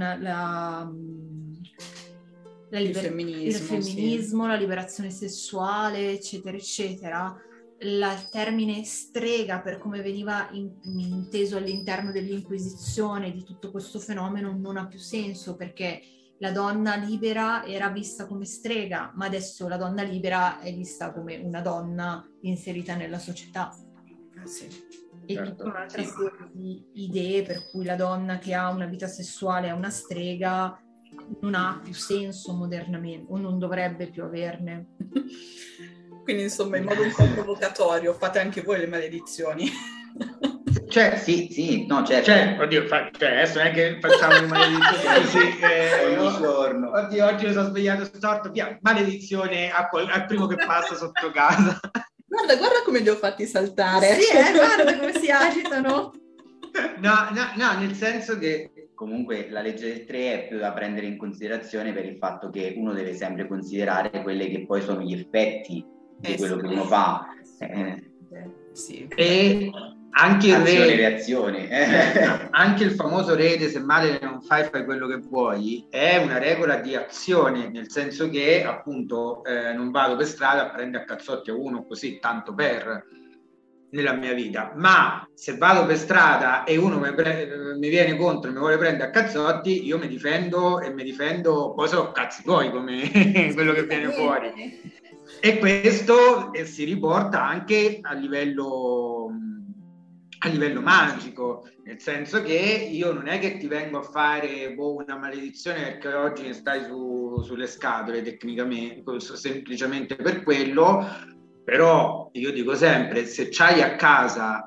il femminismo, sì, la liberazione sessuale, eccetera, eccetera, il termine strega, per come veniva inteso all'interno dell'Inquisizione, di tutto questo fenomeno, non ha più senso, perché la donna libera era vista come strega, ma adesso la donna libera è vista come una donna inserita nella società. Sì, e tutta un'altra serie di idee per cui la donna che ha una vita sessuale è una strega non ha più senso modernamente, o non dovrebbe più averne. Quindi insomma, in modo un po' provocatorio, fate anche voi le maledizioni. Cioè, sì, no, certo. Oddio, adesso non è che facciamo le maledizioni ogni giorno. Oddio, oggi mi sono svegliato storto, via, maledizione al primo che passa sotto casa. Guarda come li ho fatti saltare. Sì, guarda come si agitano. No, nel senso che comunque la legge del 3 è più da prendere in considerazione per il fatto che uno deve sempre considerare quelli che poi sono gli effetti di quello che uno fa. Sì. E anche il reazione. Anche il famoso re, se male non fai quello che vuoi, è una regola di azione, nel senso che appunto non vado per strada a prendere a cazzotti a uno così tanto per nella mia vita, ma se vado per strada e uno mi viene contro e mi vuole prendere a cazzotti, io mi difendo, poi sono cazzi tuoi come quello che viene fuori. E questo si riporta anche a livello magico, nel senso che io non è che ti vengo a fare una maledizione perché oggi ne stai sulle scatole tecnicamente, semplicemente per quello. Però io dico sempre, se c'hai a casa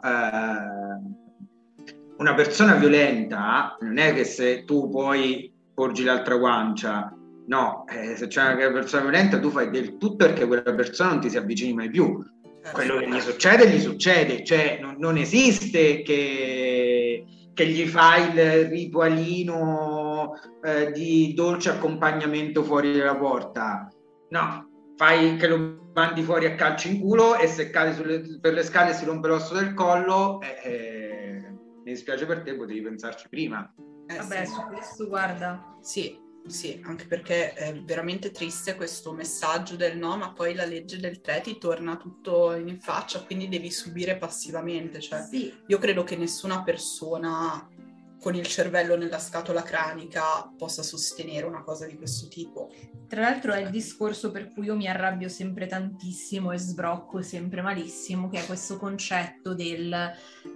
una persona violenta, non è che se tu poi porgi l'altra guancia, no, se c'è una persona violenta tu fai del tutto perché quella persona non ti si avvicini mai più. Quello che gli succede, cioè non esiste che gli fai il ritualino di dolce accompagnamento fuori dalla porta, no, fai che lo mandi fuori a calci in culo e se cade per le scale e si rompe l'osso del collo, mi dispiace per te, potevi pensarci prima. Vabbè, su questo guarda. Sì, anche perché è veramente triste questo messaggio del no, ma poi la legge del 3 ti torna tutto in faccia, quindi devi subire passivamente. Cioè, sì. Io credo che nessuna persona con il cervello nella scatola cranica possa sostenere una cosa di questo tipo. Tra l'altro è il discorso per cui io mi arrabbio sempre tantissimo e sbrocco sempre malissimo, che è questo concetto del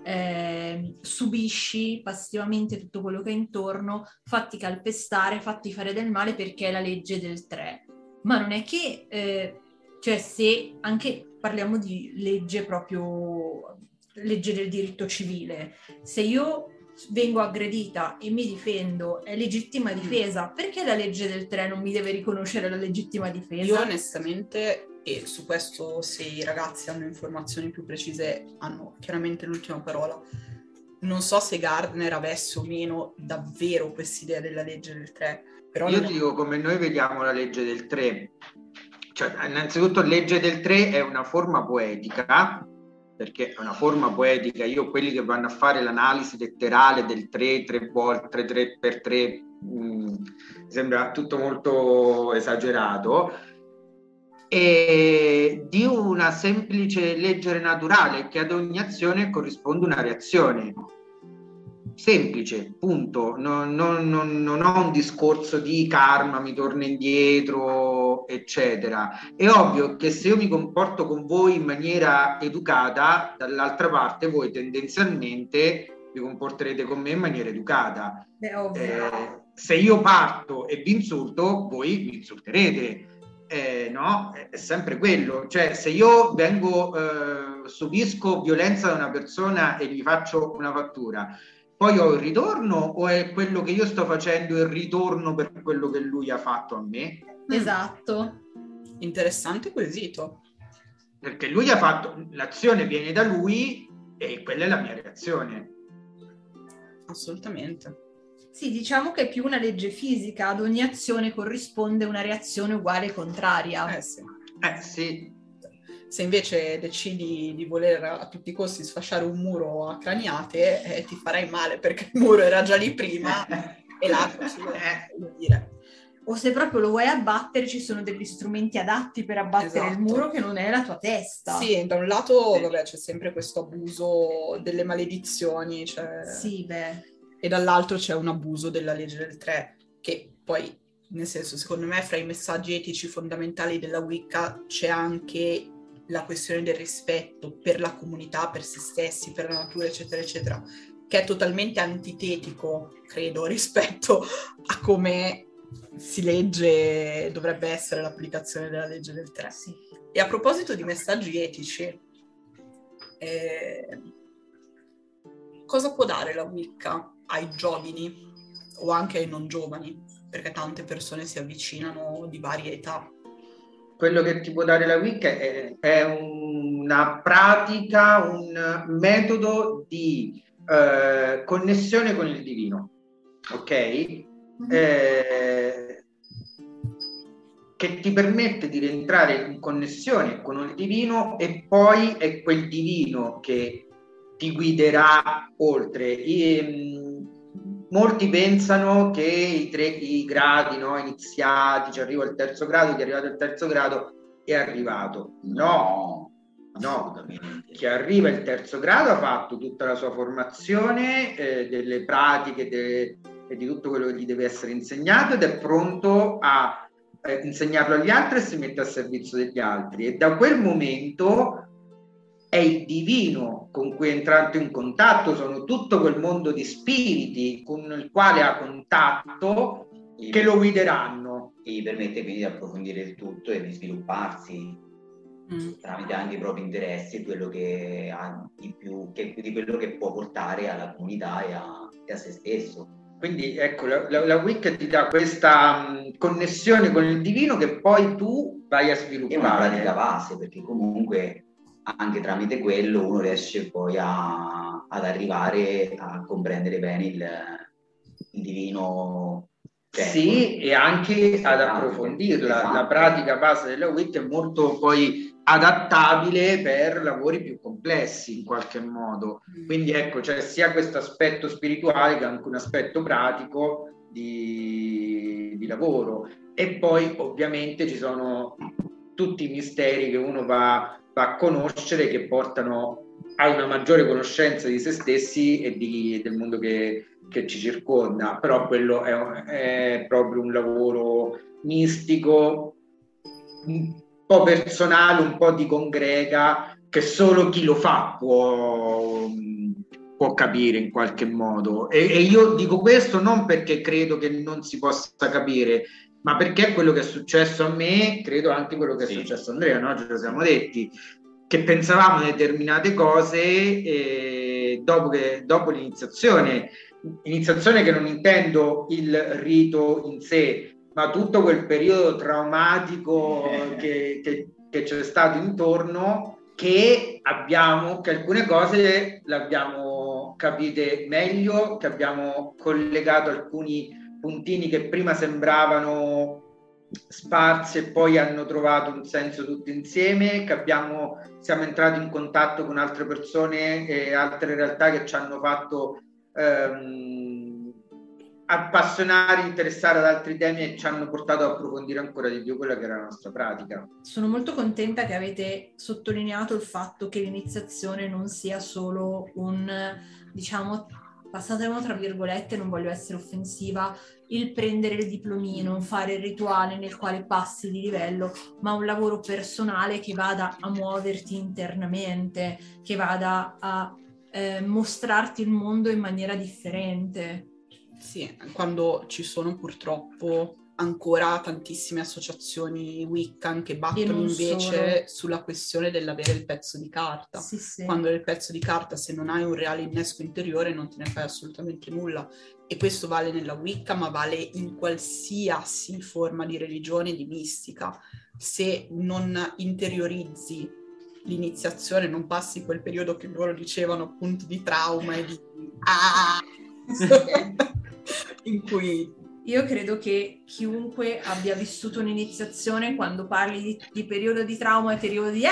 subisci passivamente tutto quello che è intorno, fatti calpestare, fatti fare del male perché è la legge del 3. Ma non è che, cioè se anche parliamo di legge proprio, legge del diritto civile, se io vengo aggredita e mi difendo, è legittima difesa. Perché la legge del 3 non mi deve riconoscere la legittima difesa? Io onestamente, e su questo se i ragazzi hanno informazioni più precise hanno chiaramente l'ultima parola, non so se Gardner avesse o meno davvero quest'idea della legge del 3. Però io ti dico come noi vediamo la legge del 3. Cioè, innanzitutto legge del 3 è una forma poetica, perché è una forma poetica. Io quelli che vanno a fare l'analisi letterale del 3 volte 3x3 sembra tutto molto esagerato, e di una semplice legge naturale che ad ogni azione corrisponde una reazione semplice, punto. Non ho un discorso di karma, mi torna indietro, eccetera. È ovvio che se io mi comporto con voi in maniera educata, dall'altra parte voi tendenzialmente vi comporterete con me in maniera educata. Se io parto e vi insulto, voi mi insulterete. No, è sempre quello. Cioè, se io vengo subisco violenza da una persona e gli faccio una fattura, poi ho il ritorno o è quello che io sto facendo il ritorno per quello che lui ha fatto a me? Esatto. Interessante quesito. Perché lui ha fatto, l'azione viene da lui e quella è la mia reazione. Assolutamente. Sì, diciamo che è più una legge fisica, ad ogni azione corrisponde una reazione uguale e contraria. Sì. Sì. Se invece decidi di voler a tutti i costi sfasciare un muro a craniate, ti farai male perché il muro era già lì prima e lasciacelo, voglio dire. O se proprio lo vuoi abbattere, ci sono degli strumenti adatti per abbattere il muro che non è la tua testa. Sì, da un lato, vabbè, c'è sempre questo abuso delle maledizioni, cioè... Sì, beh. E dall'altro c'è un abuso della legge del 3, che poi, nel senso, secondo me, fra i messaggi etici fondamentali della Wicca c'è anche la questione del rispetto per la comunità, per se stessi, per la natura, eccetera, eccetera, che è totalmente antitetico, credo, rispetto a come si legge, dovrebbe essere l'applicazione della legge del 3. Sì. E a proposito di messaggi etici, cosa può dare la Wicca ai giovani o anche ai non giovani? Perché tante persone si avvicinano di varie età. Quello che ti può dare la Wicca è una pratica, un metodo di connessione con il divino, ok? Che ti permette di rientrare in connessione con il divino e poi è quel divino che ti guiderà oltre. Molti pensano che i gradi, no, iniziati, ci arrivo al terzo grado, chi è arrivato al terzo grado è arrivato. No, chi arriva al terzo grado ha fatto tutta la sua formazione, delle pratiche e di tutto quello che gli deve essere insegnato ed è pronto a insegnarlo agli altri e si mette a servizio degli altri. E da quel momento è il divino con cui è entrato in contatto, sono tutto quel mondo di spiriti con il quale ha contatto che lo guideranno. E gli permette quindi di approfondire il tutto e di svilupparsi tramite anche i propri interessi e quello che ha di più, di quello che può portare alla comunità e a se stesso. Quindi ecco, la Wicca ti dà questa connessione con il divino che poi tu vai a sviluppare. È una pratica base, perché comunque anche tramite quello uno riesce poi ad arrivare a comprendere bene il divino. Sì, e anche ad approfondirla. Esatto. La pratica base della Wicca è molto poi adattabile per lavori più complessi in qualche modo. Quindi ecco, c'è sia questo aspetto spirituale che anche un aspetto pratico di lavoro. E poi ovviamente ci sono tutti i misteri che uno va a conoscere che portano a una maggiore conoscenza di se stessi e del mondo che ci circonda, però quello è proprio un lavoro mistico, un po' personale, un po' di congrega, che solo chi lo fa può capire in qualche modo. E io dico questo non perché credo che non si possa capire, ma perché quello che è successo a me, credo anche quello che è successo a Andrea, no? Ce lo siamo detti, che pensavamo determinate cose e dopo l'iniziazione che non intendo il rito in sé, ma tutto quel periodo traumatico che c'è stato intorno, che alcune cose le abbiamo capite meglio, che abbiamo collegato alcuni puntini che prima sembravano sparsi e poi hanno trovato un senso tutti insieme, che siamo entrati in contatto con altre persone e altre realtà che ci hanno fatto appassionare, interessare ad altri temi e ci hanno portato ad approfondire ancora di più quella che era la nostra pratica. Sono molto contenta che avete sottolineato il fatto che l'iniziazione non sia solo un, diciamo, passatelo tra virgolette, non voglio essere offensiva, il prendere il diplomino, fare il rituale nel quale passi di livello, ma un lavoro personale che vada a muoverti internamente, che vada a mostrarti il mondo in maniera differente. Sì, quando ci sono purtroppo ancora tantissime associazioni Wiccan che battono invece sulla questione dell'avere il pezzo di carta. Sì. Quando hai il pezzo di carta, se non hai un reale innesco interiore, non te ne fai assolutamente nulla. E questo vale nella Wicca, ma vale in qualsiasi forma di religione e di mistica. Se non interiorizzi l'iniziazione, non passi quel periodo che loro dicevano appunto di trauma e di in cui io credo che chiunque abbia vissuto un'iniziazione, quando parli di periodo di trauma e periodo di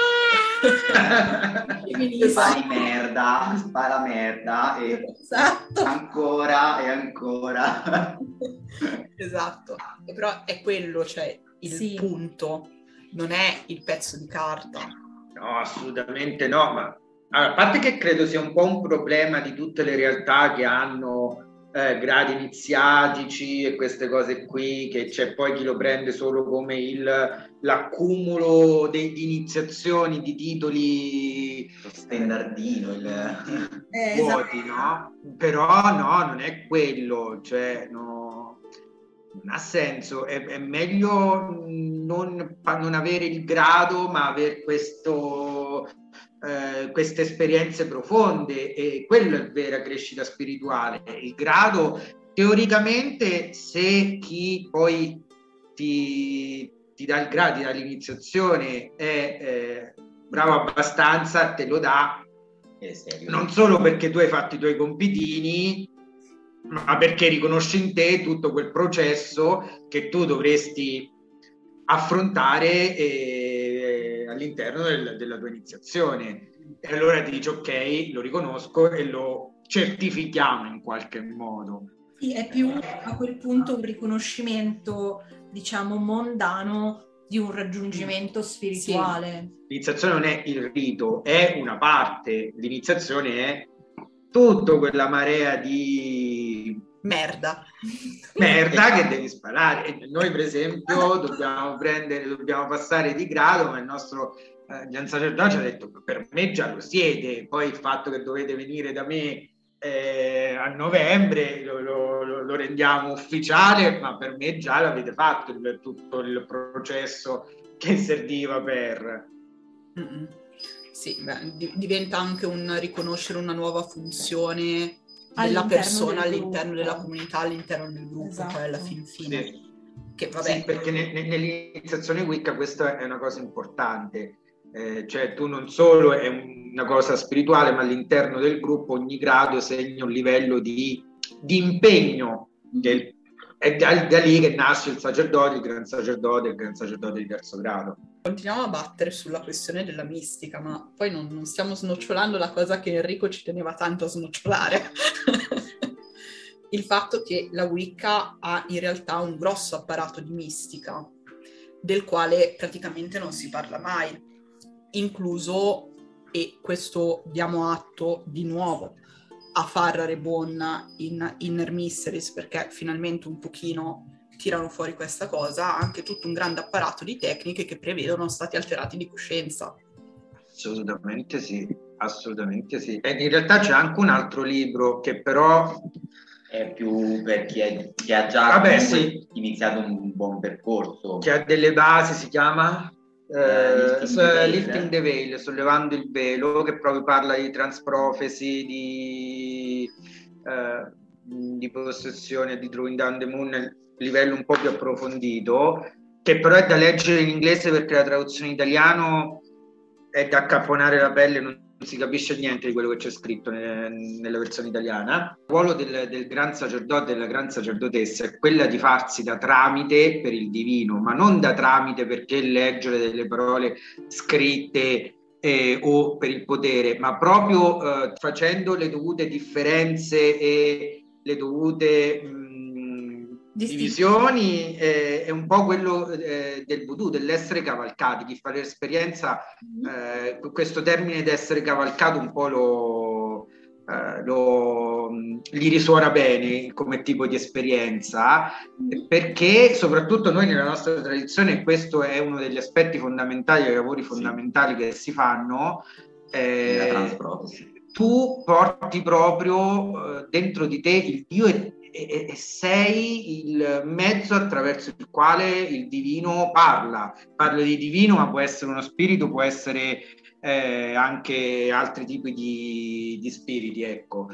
spara merda e esatto. ancora e ancora. Esatto, però è quello, cioè il punto non è il pezzo di carta. No, assolutamente no, ma a parte che credo sia un po' un problema di tutte le realtà che hanno gradi iniziatici e queste cose qui, che c'è poi chi lo prende solo come l'accumulo di iniziazioni, di titoli, lo standardino, vuoti, esatto. no? Però no, non è quello, cioè no, non ha senso, è meglio non avere il grado, ma avere queste esperienze profonde, e quello è vera crescita spirituale. Il grado, teoricamente, se chi poi ti dà il grado, ti dà l'iniziazione, è bravo abbastanza, te lo dà, non solo perché tu hai fatto i tuoi compitini, ma perché riconosci in te tutto quel processo che tu dovresti affrontare all'interno della tua iniziazione, e allora ti dici ok, lo riconosco e lo certifichiamo in qualche modo. Sì, è più a quel punto un riconoscimento, diciamo, mondano di un raggiungimento spirituale. Sì. L'iniziazione non è il rito, è una parte. L'iniziazione è tutta quella marea di merda che devi sparare. Noi per esempio dobbiamo passare di grado, ma il nostro Gian Sacerdote ci ha detto: per me già lo siete, poi il fatto che dovete venire da me a novembre lo rendiamo ufficiale, ma per me già l'avete fatto tutto il processo che serviva per... Sì, diventa anche un riconoscere una nuova funzione della persona all'interno della comunità, all'interno del gruppo, esatto. Poi alla fine. Sì. Che, vabbè. Sì, perché nell'iniziazione Wicca questa è una cosa importante, cioè tu non solo è una cosa spirituale, ma all'interno del gruppo ogni grado segna un livello di impegno, che è da lì che nasce il sacerdote, il gran sacerdote e il gran sacerdote di terzo grado. Continuiamo a battere sulla questione della mistica, ma poi non stiamo snocciolando la cosa che Enrico ci teneva tanto a snocciolare. Il fatto che la Wicca ha in realtà un grosso apparato di mistica, del quale praticamente non si parla mai, incluso, e questo diamo atto di nuovo a Farrar e Bonna in Inner Mysteries, perché finalmente un pochino tirano fuori questa cosa, anche tutto un grande apparato di tecniche che prevedono stati alterati di coscienza. Assolutamente sì, assolutamente sì. E in realtà c'è anche un altro libro che però è più per chi ha già iniziato un buon percorso, che ha delle basi, si chiama Lifting the Veil, sollevando il velo, che proprio parla di transprofesi, di possessione, di Drawing Down the Moon nel livello un po' più approfondito, che però è da leggere in inglese perché la traduzione in italiano è da accapponare la pelle, non si capisce niente di quello che c'è scritto nella versione italiana. Il ruolo del gran sacerdote e della gran sacerdotessa è quella di farsi da tramite per il divino, ma non da tramite perché leggere delle parole scritte o per il potere, ma proprio facendo le dovute differenze e le dovute divisioni. È un po' quello del voodoo, dell'essere cavalcati. Chi fa l'esperienza, questo termine d'essere cavalcato un po' gli risuona bene come tipo di esperienza, perché soprattutto noi nella nostra tradizione, questo è uno degli aspetti fondamentali, dei lavori fondamentali che si fanno, la transprofesi. Tu porti proprio dentro di te il Dio e sei il mezzo attraverso il quale il divino parla. Parlo di divino, ma può essere uno spirito, può essere anche altri tipi di spiriti, ecco.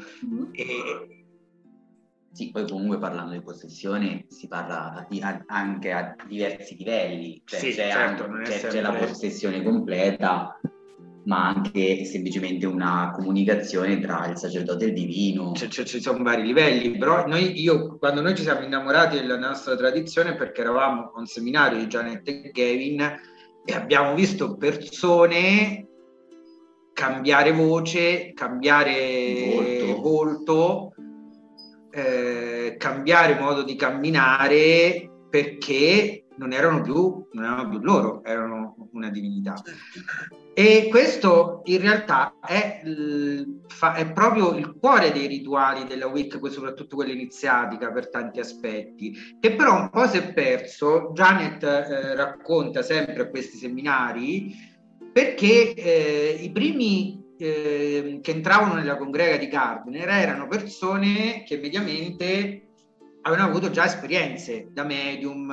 Sì, poi comunque parlando di possessione si parla anche a diversi livelli, cioè sì, certo, c'è la possessione completa, ma anche semplicemente una comunicazione tra il sacerdote e il divino. Ci sono vari livelli, però quando noi ci siamo innamorati della nostra tradizione, perché eravamo a un seminario di Janet e Gavin e abbiamo visto persone cambiare voce, cambiare volto, cambiare modo di camminare, perché non erano più loro, erano una divinità. E questo in realtà è proprio il cuore dei rituali della Wicca, soprattutto quella iniziatica per tanti aspetti, che però un po' si è perso. Janet racconta sempre a questi seminari, perché i primi che entravano nella congrega di Gardner erano persone che mediamente avevano avuto già esperienze da medium,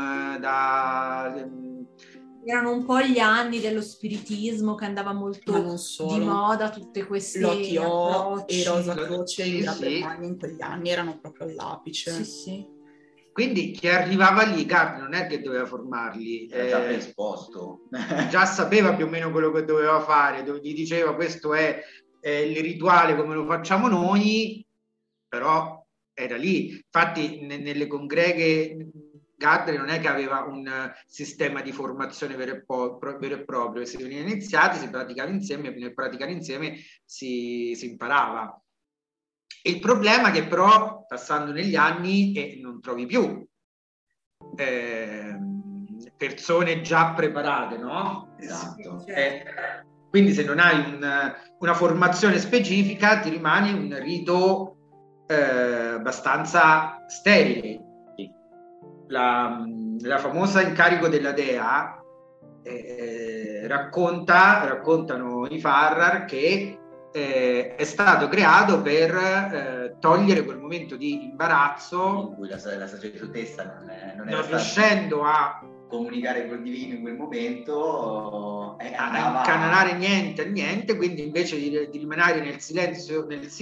erano un po' gli anni dello spiritismo che andava molto di moda, tutte queste l'OTO e Rosa Croce in Gran Bretagna in quegli anni erano proprio all'apice. Sì, sì. Quindi chi arrivava lì, Gardner non è che doveva formarli, era già predisposto, già sapeva più o meno quello che doveva fare, gli diceva questo è il rituale come lo facciamo noi, però era lì. Infatti nelle congreghe Gardner non è che aveva un sistema di formazione vero e proprio, si veniva iniziati, si praticava insieme, nel praticare insieme si imparava. Il problema è che però passando negli anni non trovi più persone già preparate, no? Esatto. Quindi se non hai una formazione specifica ti rimane un rito abbastanza sterile. La famosa incarico della dea raccontano i Farrar che è stato creato per togliere quel momento di imbarazzo in cui la sacerdotessa non riuscendo a comunicare col divino in quel momento, a incanalare niente, quindi invece di rimanere nel silenzio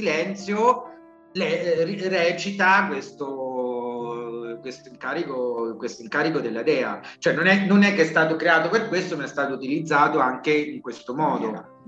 recita questo incarico della dea, cioè non è che è stato creato per questo, ma è stato utilizzato anche in questo modo.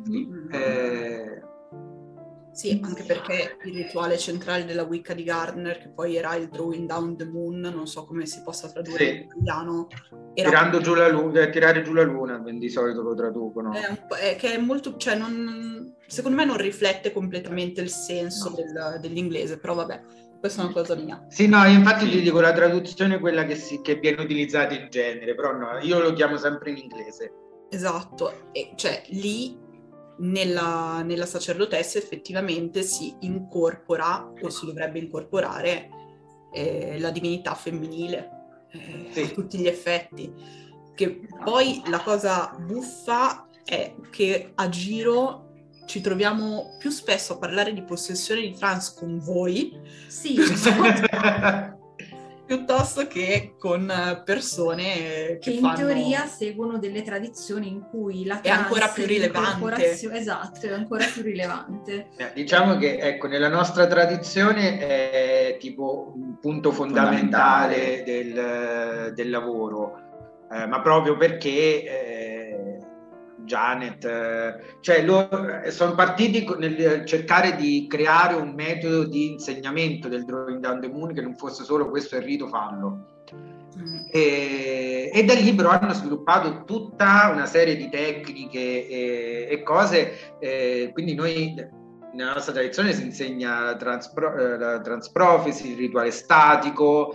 Sì, anche perché il rituale centrale della Wicca di Gardner, che poi era il Drawing Down the Moon, non so come si possa tradurre in italiano, tirare giù la luna, di solito lo traducono. Che è molto, cioè secondo me non riflette completamente il senso dell'inglese, però vabbè, questa è una cosa mia. Sì, no, io infatti ti dico la traduzione è quella che viene utilizzata in genere, però no, io lo chiamo sempre in inglese. Esatto, e cioè lì nella sacerdotessa effettivamente si incorpora o si dovrebbe incorporare la divinità femminile a tutti gli effetti, che poi la cosa buffa è che a giro ci troviamo più spesso a parlare di possessione di trans con voi piuttosto che con persone che in teoria seguono delle tradizioni in cui la trans è ancora più rilevante. Esatto, è ancora più rilevante. Diciamo che ecco, nella nostra tradizione è tipo un punto fondamentale del lavoro, ma proprio perché Janet, cioè loro sono partiti nel cercare di creare un metodo di insegnamento del Drawing Down the Moon che non fosse solo questo è il rito, fallo. E da lì però hanno sviluppato tutta una serie di tecniche e cose, quindi noi nella nostra tradizione si insegna la transprofesi, il rituale statico,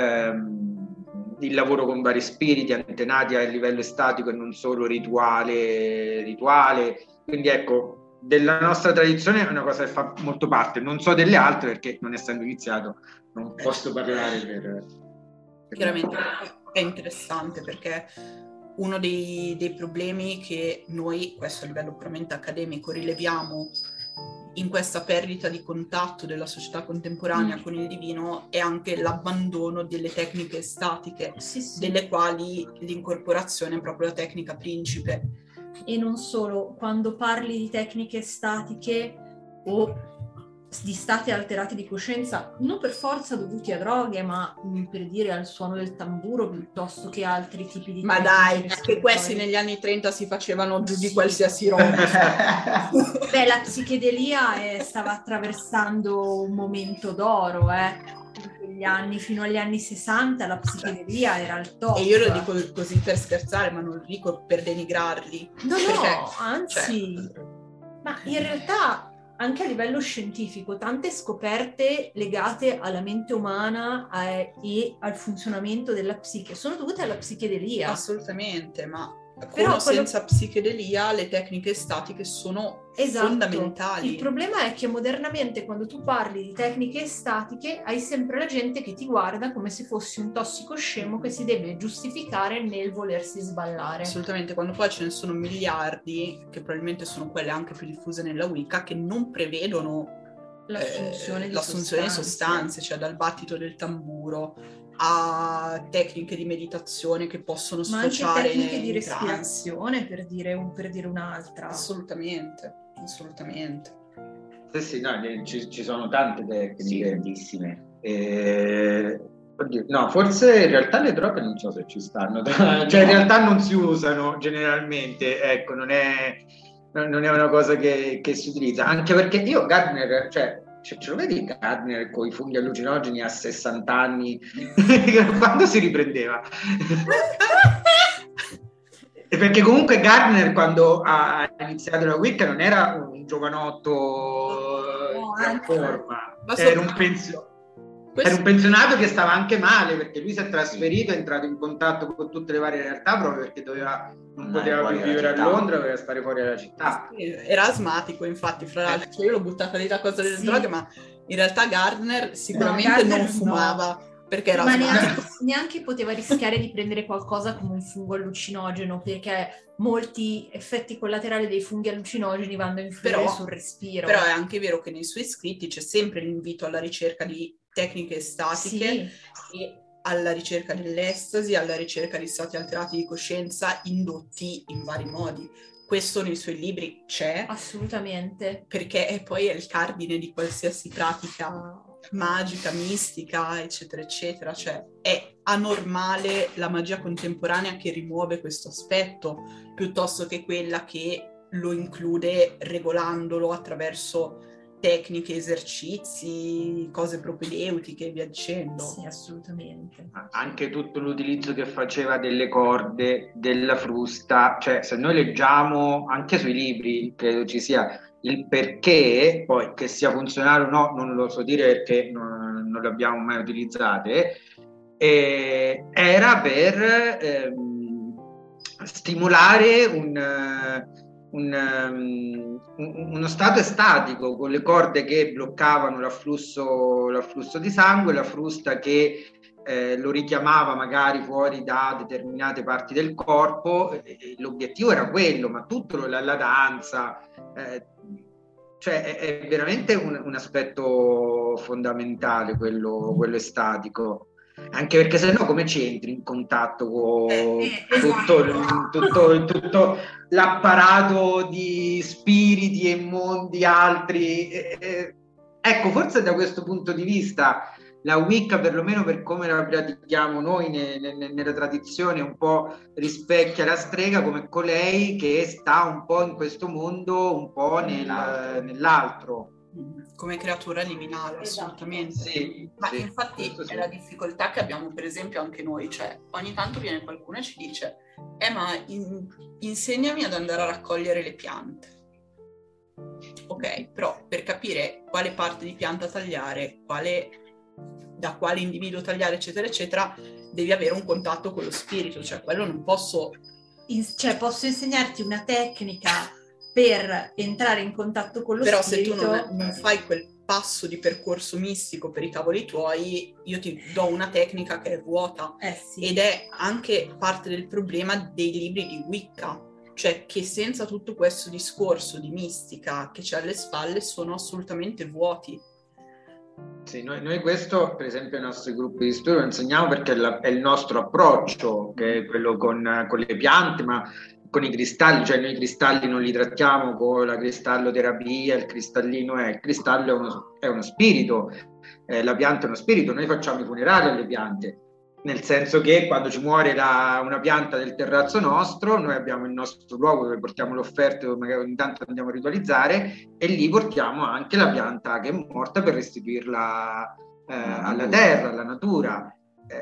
il lavoro con vari spiriti antenati a livello estatico e non solo rituale. Quindi ecco, della nostra tradizione è una cosa che fa molto parte, non so delle altre perché non essendo iniziato non posso parlare per... Chiaramente è interessante perché uno dei problemi che noi, questo a livello puramente accademico, rileviamo in questa perdita di contatto della società contemporanea con il divino è anche l'abbandono delle tecniche statiche, delle quali l'incorporazione è proprio la tecnica principe. E non solo, quando parli di tecniche statiche o di stati alterati di coscienza, non per forza dovuti a droghe, ma per dire al suono del tamburo piuttosto che altri tipi di ma dai, che questi negli anni 30 si facevano giù di qualsiasi roba. Beh, la psichedelia stava attraversando un momento d'oro, in quegli anni, fino agli anni 60 la psichedelia era al top. E io lo dico così per scherzare, ma non lo dico per denigrarli. No, anzi, ma in realtà anche a livello scientifico tante scoperte legate alla mente umana e al funzionamento della psiche sono dovute alla psichedelia. Assolutamente, ma senza psichedelia le tecniche statiche sono fondamentali. Il problema è che modernamente quando tu parli di tecniche statiche hai sempre la gente che ti guarda come se fossi un tossico scemo che si deve giustificare nel volersi sballare. Assolutamente, quando poi ce ne sono miliardi, che probabilmente sono quelle anche più diffuse nella Wicca, che non prevedono l'assunzione di sostanze, cioè dal battito del tamburo a tecniche di meditazione che possono sfociare, ma anche tecniche di respirazione, per dire un'altra. Assolutamente. Sì, no, ci sono tante tecniche. Tantissime. Oddio, no, forse in realtà le droghe non so se ci stanno, cioè in realtà non si usano generalmente, ecco, non è una cosa che si utilizza, anche perché io Gardner, cioè ce lo vedi Gardner con i funghi allucinogeni a 60 anni, quando si riprendeva? E perché comunque Gardner quando ha iniziato la Wicca non era un giovanotto in forma, era un pensionato che stava anche male, perché lui si è trasferito, è entrato in contatto con tutte le varie realtà proprio perché non poteva più vivere a Londra, doveva stare fuori dalla città. Era asmatico, infatti, fra l'altro. Io l'ho buttata lì la cosa delle droghe, ma in realtà Gardner sicuramente non fumava, perché era asmatico. Neanche poteva rischiare di prendere qualcosa come un fungo allucinogeno, perché molti effetti collaterali dei funghi allucinogeni vanno a influire sul respiro. Però è anche vero che nei suoi scritti c'è sempre l'invito alla ricerca di tecniche statiche e alla ricerca dell'estasi, alla ricerca di stati alterati di coscienza indotti in vari modi. Questo nei suoi libri c'è. Assolutamente. Perché poi è il cardine di qualsiasi pratica magica, mistica, eccetera, eccetera. Cioè è anormale la magia contemporanea che rimuove questo aspetto, piuttosto che quella che lo include regolandolo attraverso tecniche, esercizi, cose propedeutiche e via dicendo. Sì, assolutamente. Anche tutto l'utilizzo che faceva delle corde, della frusta, cioè se noi leggiamo anche sui libri, credo ci sia il perché, poi che sia funzionale o no, non lo so dire perché non le abbiamo mai utilizzate, era per stimolare uno stato estatico, con le corde che bloccavano l'afflusso di sangue, la frusta che lo richiamava magari fuori da determinate parti del corpo. L'obiettivo era quello, ma tutto la danza, cioè è veramente un aspetto fondamentale quello estatico. Anche perché sennò come ci entri in contatto con tutto l'apparato di spiriti e mondi altri? Ecco, forse da questo punto di vista la Wicca, perlomeno per come la pratichiamo noi nella tradizione, un po' rispecchia la strega come colei che sta un po' in questo mondo, un po' nell'altro. Come creatura liminale, assolutamente. Sì, ma infatti è la difficoltà che abbiamo per esempio anche noi, cioè ogni tanto viene qualcuno e ci dice ma insegnami ad andare a raccogliere le piante. Ok, però per capire quale parte di pianta tagliare, da quale individuo tagliare, eccetera eccetera, devi avere un contatto con lo spirito, cioè quello non posso posso insegnarti una tecnica per entrare in contatto con lo spirito. Però se tu non fai quel passo di percorso mistico per i cavoli tuoi, io ti do una tecnica che è vuota. Sì. Ed è anche parte del problema dei libri di Wicca, cioè che senza tutto questo discorso di mistica che c'è alle spalle sono assolutamente vuoti. Sì, noi questo, per esempio, ai nostri gruppi di studio lo insegniamo perché è il nostro approccio, che è quello con le piante, ma con i cristalli, cioè noi i cristalli non li trattiamo con la cristalloterapia, il cristallo è uno spirito, la pianta è uno spirito, noi facciamo i funerali alle piante, nel senso che quando ci muore una pianta del terrazzo nostro, noi abbiamo il nostro luogo dove portiamo l'offerta, dove magari ogni tanto andiamo a ritualizzare, e lì portiamo anche la pianta che è morta per restituirla alla terra, alla natura.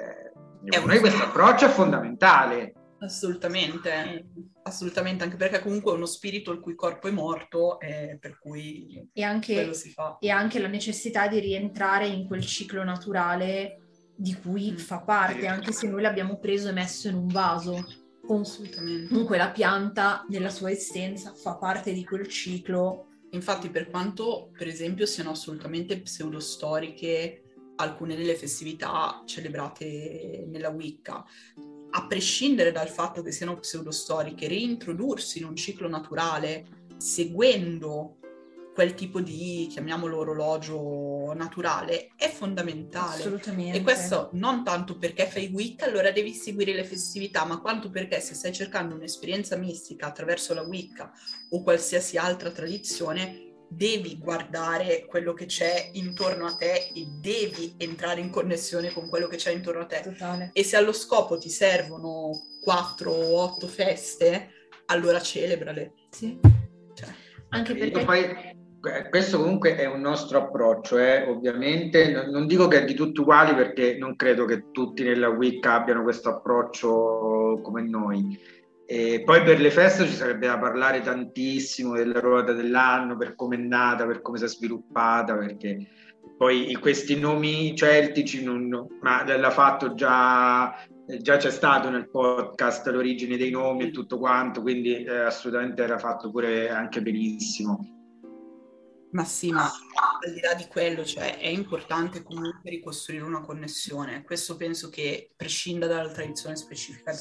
Noi questo approccio è fondamentale. Assolutamente, assolutamente, anche perché comunque è uno spirito il cui corpo è morto, per cui quello si fa. E anche la necessità di rientrare in quel ciclo naturale di cui fa parte, anche se noi l'abbiamo preso e messo in un vaso. Comunque la pianta nella sua essenza fa parte di quel ciclo. Infatti, per quanto per esempio siano assolutamente pseudostoriche alcune delle festività celebrate nella Wicca, a prescindere dal fatto che siano pseudostoriche, reintrodursi in un ciclo naturale seguendo quel tipo di, chiamiamolo, orologio naturale, è fondamentale. Assolutamente. E questo non tanto perché fai Wicca, allora devi seguire le festività, ma quanto perché se stai cercando un'esperienza mistica attraverso la Wicca o qualsiasi altra tradizione, devi guardare quello che c'è intorno a te e devi entrare in connessione con quello che c'è intorno a te. Totale. E se allo scopo ti servono 4 o 8 feste, allora celebrale. Sì. Anche perché... Poi, questo comunque è un nostro approccio, ovviamente non dico che è di tutti uguali, perché non credo che tutti nella Wicca abbiano questo approccio come noi. E poi per le feste ci sarebbe da parlare tantissimo della ruota dell'anno, per come è nata, per come si è sviluppata, perché poi questi nomi celtici ma l'ha fatto già c'è stato nel podcast l'origine dei nomi e tutto quanto, quindi assolutamente era fatto pure anche benissimo. Ma sì, ma al di là di quello, cioè è importante comunque ricostruire una connessione. Questo penso che prescinda dalla tradizione specifica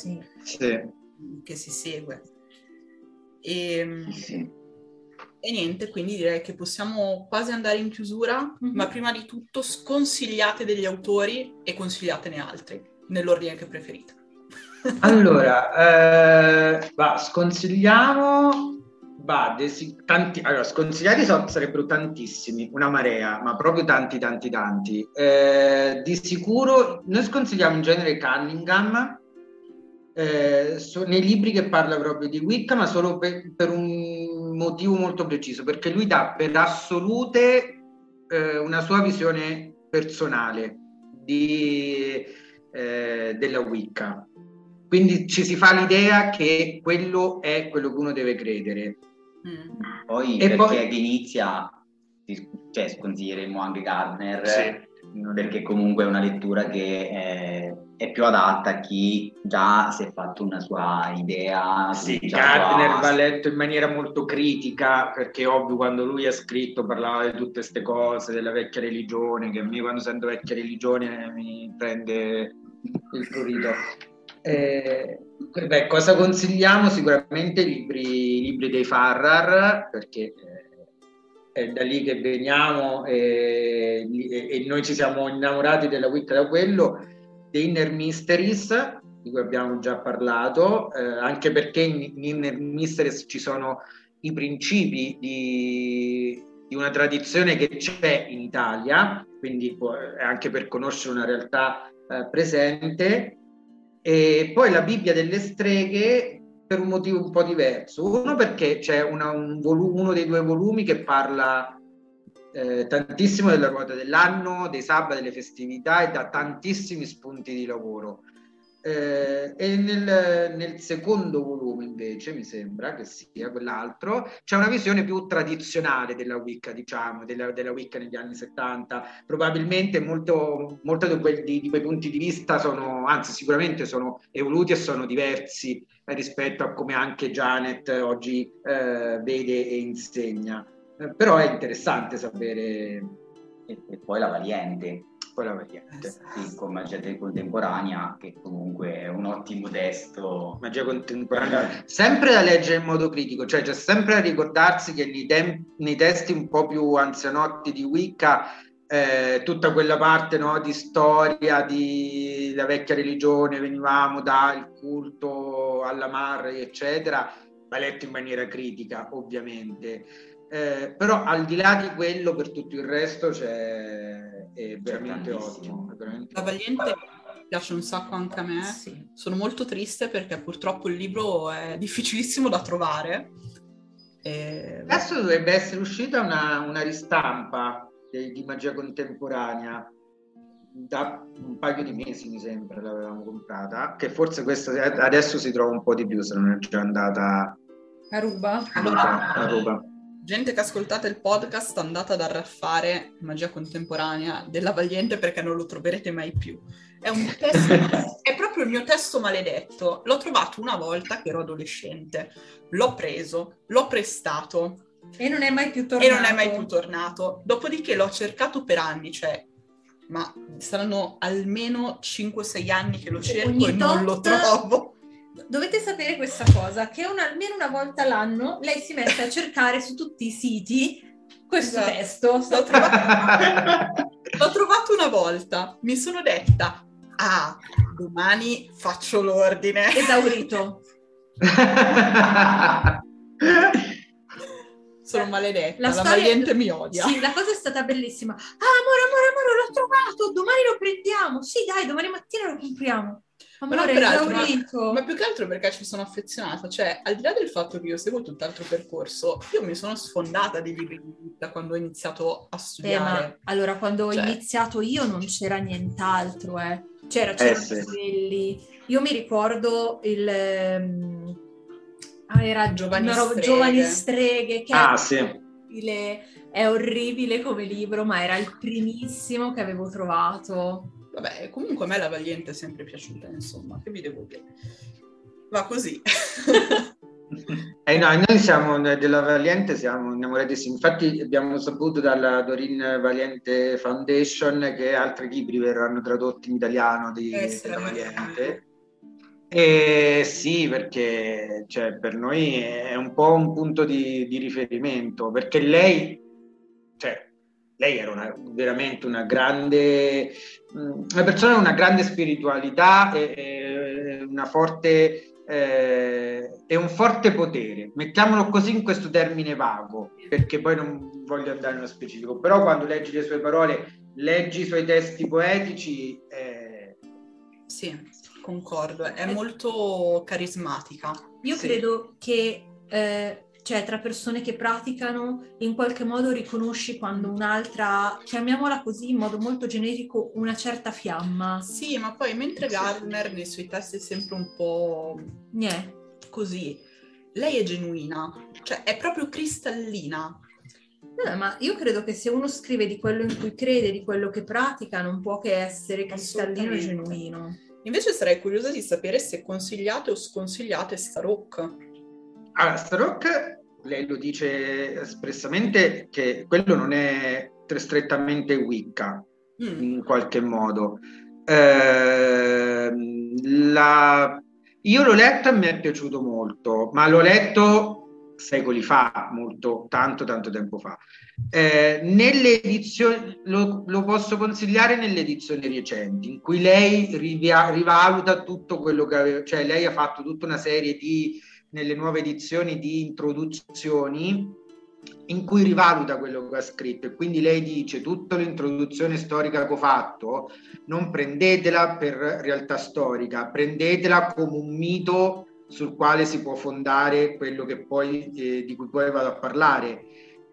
che si segue. E niente, quindi direi che possiamo quasi andare in chiusura, ma prima di tutto sconsigliate degli autori e consigliatene altri, nell'ordine che preferite. Allora, sconsigliamo... tanti, allora, sconsigliati sarebbero tantissimi, una marea, ma proprio tanti. Di sicuro noi sconsigliamo in genere Cunningham, nei libri che parla proprio di Wicca, ma solo per un motivo molto preciso, perché lui dà per assolute una sua visione personale della Wicca. Quindi ci si fa l'idea che quello è quello che uno deve credere. Poi perché che inizia, sconsiglieremo anche Gardner, perché comunque è una lettura che è più adatta a chi già si è fatto una sua idea. Sì, Gardner va letto in maniera molto critica, perché ovvio quando lui ha scritto parlava di tutte queste cose, della vecchia religione, che a me quando sento vecchia religione mi prende il prurito. Cosa consigliamo? Sicuramente i libri dei Farrar, perché è da lì che veniamo e noi ci siamo innamorati della Wicca da quello. The Inner Mysteries, di cui abbiamo già parlato, anche perché in Inner Mysteries ci sono i principi di una tradizione che c'è in Italia, quindi anche per conoscere una realtà presente. E poi la Bibbia delle streghe per un motivo un po' diverso. Uno, perché c'è uno dei 2 volumi che parla tantissimo della ruota dell'anno, dei sabati, delle festività, e dà tantissimi spunti di lavoro. E nel secondo volume invece, mi sembra che sia quell'altro, c'è una visione più tradizionale della Wicca, diciamo, della Wicca negli anni 70. Probabilmente molto di quei punti di vista sicuramente sono evoluti e sono diversi rispetto a come anche Janet oggi vede e insegna. Però è interessante sapere. E poi la variante. poi La Valiente. Sì, con Magia contemporanea, che comunque è un ottimo testo. Magia contemporanea, sempre da leggere in modo critico, cioè c'è sempre da ricordarsi che nei testi un po' più anzianotti di Wicca, tutta quella parte, no, di storia, di la vecchia religione, venivamo dal culto alla Mare, eccetera, va letto in maniera critica, ovviamente. Però al di là di quello, per tutto il resto è veramente ottimo. È veramente La Valiente mi piace un sacco anche a me. Sì. Sono molto triste perché purtroppo il libro è difficilissimo da trovare. Adesso dovrebbe essere uscita una ristampa di Magia contemporanea. Da un paio di mesi, mi sembra, l'avevamo comprata, che forse questa adesso si trova un po' di più, se non è già andata A ruba. a ruba. Gente che ascoltate il podcast, andate ad arraffare Magia contemporanea della Valiente perché non lo troverete mai più. È un testo, è proprio il mio testo maledetto. L'ho trovato una volta che ero adolescente, l'ho preso, l'ho prestato E non è mai più tornato. Dopodiché l'ho cercato per anni, cioè, ma saranno almeno 5-6 anni che lo cerco Ogni e non lo tot trovo. Dovete sapere questa cosa, che almeno una volta all'anno lei si mette a cercare su tutti i siti questo Esatto. testo. L'ho trovato una volta, mi sono detta, domani faccio l'ordine. Esaurito. Sono maledetta, la storia- Valiente mi odia. Sì, la cosa è stata bellissima. Amore, l'ho trovato, domani lo prendiamo. Sì, dai, domani mattina lo compriamo. Amore, esaurito. Ma più che altro perché ci sono affezionata, cioè al di là del fatto che io seguo tutt'altro percorso, io mi sono sfondata di libri di vita quando ho iniziato a studiare. Allora, quando ho iniziato io non c'era nient'altro, c'erano quelli. Io mi ricordo era Giovani Streghe, che è orribile come libro, ma era il primissimo che avevo trovato. Vabbè, comunque a me la Valiente è sempre piaciuta, insomma, che vi devo dire? Va così. Noi siamo della Valiente, siamo innamoratissimi. Infatti abbiamo saputo dalla Doreen Valiente Foundation che altri libri verranno tradotti in italiano della Valiente. Sì, perché cioè, per noi è un po' un punto di riferimento, perché lei era veramente una grande, una persona con una grande spiritualità e una forte e un forte potere, mettiamolo così in questo termine vago, perché poi non voglio andare nello specifico, però quando leggi le sue parole, leggi i suoi testi poetici. Sì, concordo, è molto carismatica. Io credo che cioè tra persone che praticano in qualche modo riconosci quando un'altra, chiamiamola così in modo molto generico, una certa fiamma. Sì, ma poi mentre Gardner nei suoi testi è sempre un po' così, lei è genuina, cioè è proprio cristallina. Ma io credo che se uno scrive di quello in cui crede, di quello che pratica, non può che essere cristallino e genuino. Invece sarei curiosa di sapere se consigliate o sconsigliate Starhawk. Allora, Starhawk, lei lo dice espressamente che quello non è strettamente Wicca, in qualche modo. Io l'ho letto e mi è piaciuto molto, ma l'ho letto secoli fa, tanto tempo fa. Nelle edizioni lo posso consigliare nelle edizioni recenti, in cui lei rivaluta tutto quello che aveva, cioè lei ha fatto tutta una serie nelle nuove edizioni di introduzioni in cui rivaluta quello che ha scritto, e quindi lei dice: tutta l'introduzione storica che ho fatto non prendetela per realtà storica, prendetela come un mito sul quale si può fondare quello che poi di cui poi vado a parlare.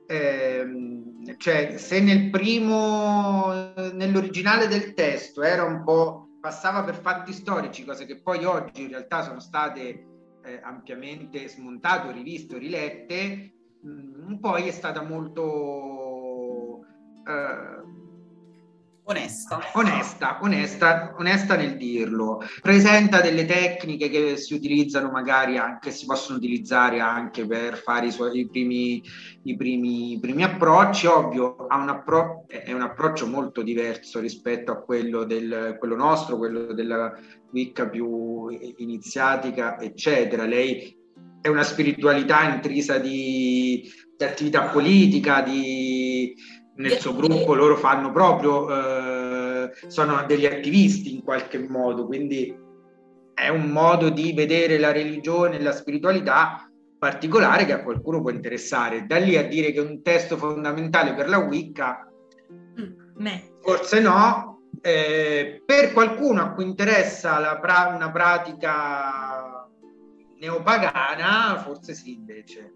Cioè, se nell'originale del testo era un po', passava per fatti storici, cose che poi oggi in realtà sono state ampiamente smontate, riviste, rilette, poi è stata molto onesta nel dirlo, presenta delle tecniche che si utilizzano magari anche, si possono utilizzare anche per fare i primi approcci. Ovvio, è un approccio molto diverso rispetto a quello nostro, quello della Wicca più iniziatica, eccetera. Lei è una spiritualità intrisa di attività politica, nel suo gruppo loro fanno proprio, sono degli attivisti in qualche modo, quindi è un modo di vedere la religione e la spiritualità particolare che a qualcuno può interessare. Da lì a dire che è un testo fondamentale per la Wicca, forse no. Per qualcuno a cui interessa una pratica neopagana, forse sì, invece.